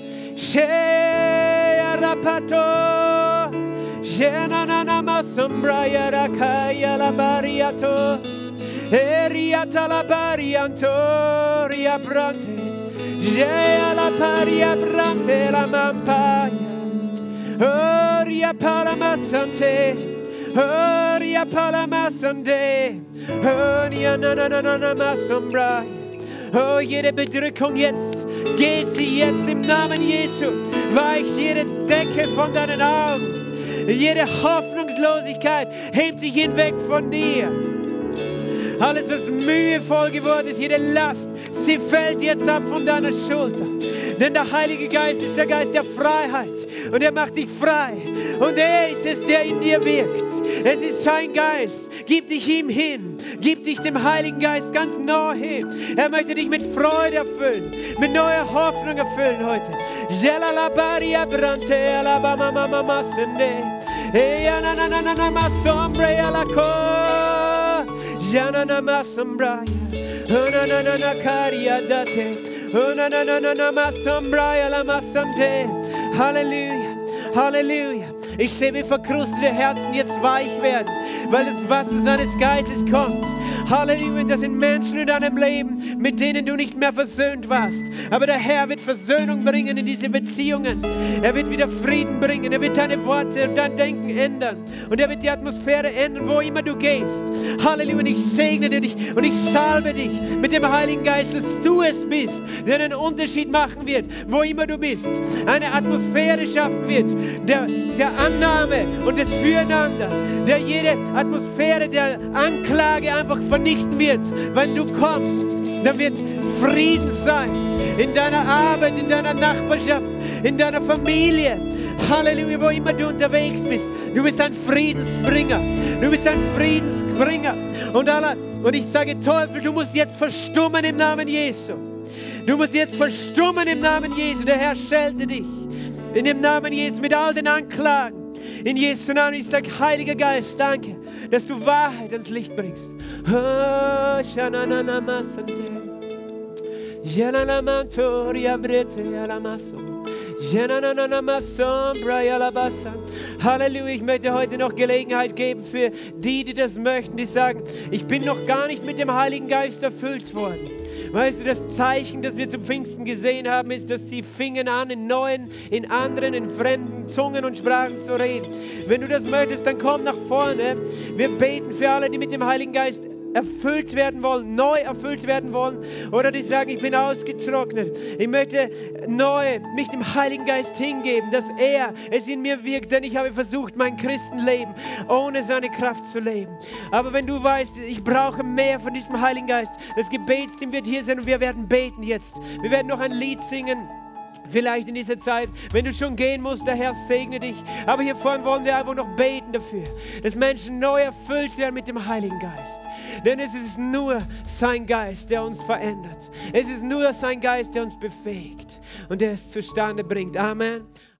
Shea rapato, jena na na masombra yara kaya la bariato, eriata la barianto, ria brante, jea la paria brante la mampaya, oria palamasante, oria palamasante, oria na na na na na masombra. Oh, jede Bedrückung jetzt, geht sie jetzt im Namen Jesu. Weich jede Decke von deinen Augen. Jede Hoffnungslosigkeit hebt sich hinweg von dir. Alles, was mühevoll geworden ist, jede Last, sie fällt jetzt ab von deiner Schulter. Denn der Heilige Geist ist der Geist der Freiheit. Und er macht dich frei. Und er ist es, der in dir wirkt. Es ist sein Geist. Gib dich ihm hin. Gib dich dem Heiligen Geist ganz neu hin. Er möchte dich mit Freude erfüllen. Mit neuer Hoffnung erfüllen heute. Halleluja, Halleluja. Ich sehe, wie verkrustete Herzen jetzt weich werden, weil das Wasser seines Geistes kommt. Halleluja, das sind Menschen in deinem Leben, mit denen du nicht mehr versöhnt warst. Aber der Herr wird Versöhnung bringen in diese Beziehungen. Er wird wieder Frieden bringen. Er wird deine Worte und dein Denken ändern. Und er wird die Atmosphäre ändern, wo immer du gehst. Halleluja, und ich segne dich und ich salbe dich mit dem Heiligen Geist, dass du es bist, der einen Unterschied machen wird, wo immer du bist. Eine Atmosphäre schaffen wird, der, der Annahme und des Füreinander, der jede Atmosphäre der Anklage einfach vernichten wird. Wenn du kommst, dann wird Frieden sein in deiner Arbeit, in deiner Nachbarschaft, in deiner Familie. Halleluja, wo immer du unterwegs bist. Du bist ein Friedensbringer. Du bist ein Friedensbringer. Und, alle, und ich sage, Teufel, du musst jetzt verstummen im Namen Jesu. Du musst jetzt verstummen im Namen Jesu. Der Herr schelte dich. In dem Namen Jesu mit all den Anklagen. In Jesu Namen, ich sage, Heiliger Geist, danke, dass du Wahrheit ans Licht bringst. Oh, shanana masante. Janana mantoria brete alamaso. Janana masombra alabasa. Halleluja, ich möchte heute noch Gelegenheit geben für die, die das möchten, die sagen, ich bin noch gar nicht mit dem Heiligen Geist erfüllt worden. Weißt du, das Zeichen, das wir zum Pfingsten gesehen haben, ist, dass sie fingen an, in neuen, in anderen, in fremden Zungen und Sprachen zu reden. Wenn du das möchtest, dann komm nach vorne. Wir beten für alle, die mit dem Heiligen Geist erfüllt werden wollen, neu erfüllt werden wollen, oder die sagen, ich bin ausgetrocknet. Ich möchte neu mich dem Heiligen Geist hingeben, dass er es in mir wirkt, denn ich habe versucht, mein Christenleben ohne seine Kraft zu leben. Aber wenn du weißt, ich brauche mehr von diesem Heiligen Geist, das Gebetsteam wird hier sein und wir werden beten jetzt. Wir werden noch ein Lied singen. Vielleicht in dieser Zeit, wenn du schon gehen musst, der Herr segne dich. Aber hier vorne wollen wir einfach noch beten dafür, dass Menschen neu erfüllt werden mit dem Heiligen Geist. Denn es ist nur sein Geist, der uns verändert. Es ist nur sein Geist, der uns befähigt und der es zustande bringt. Amen.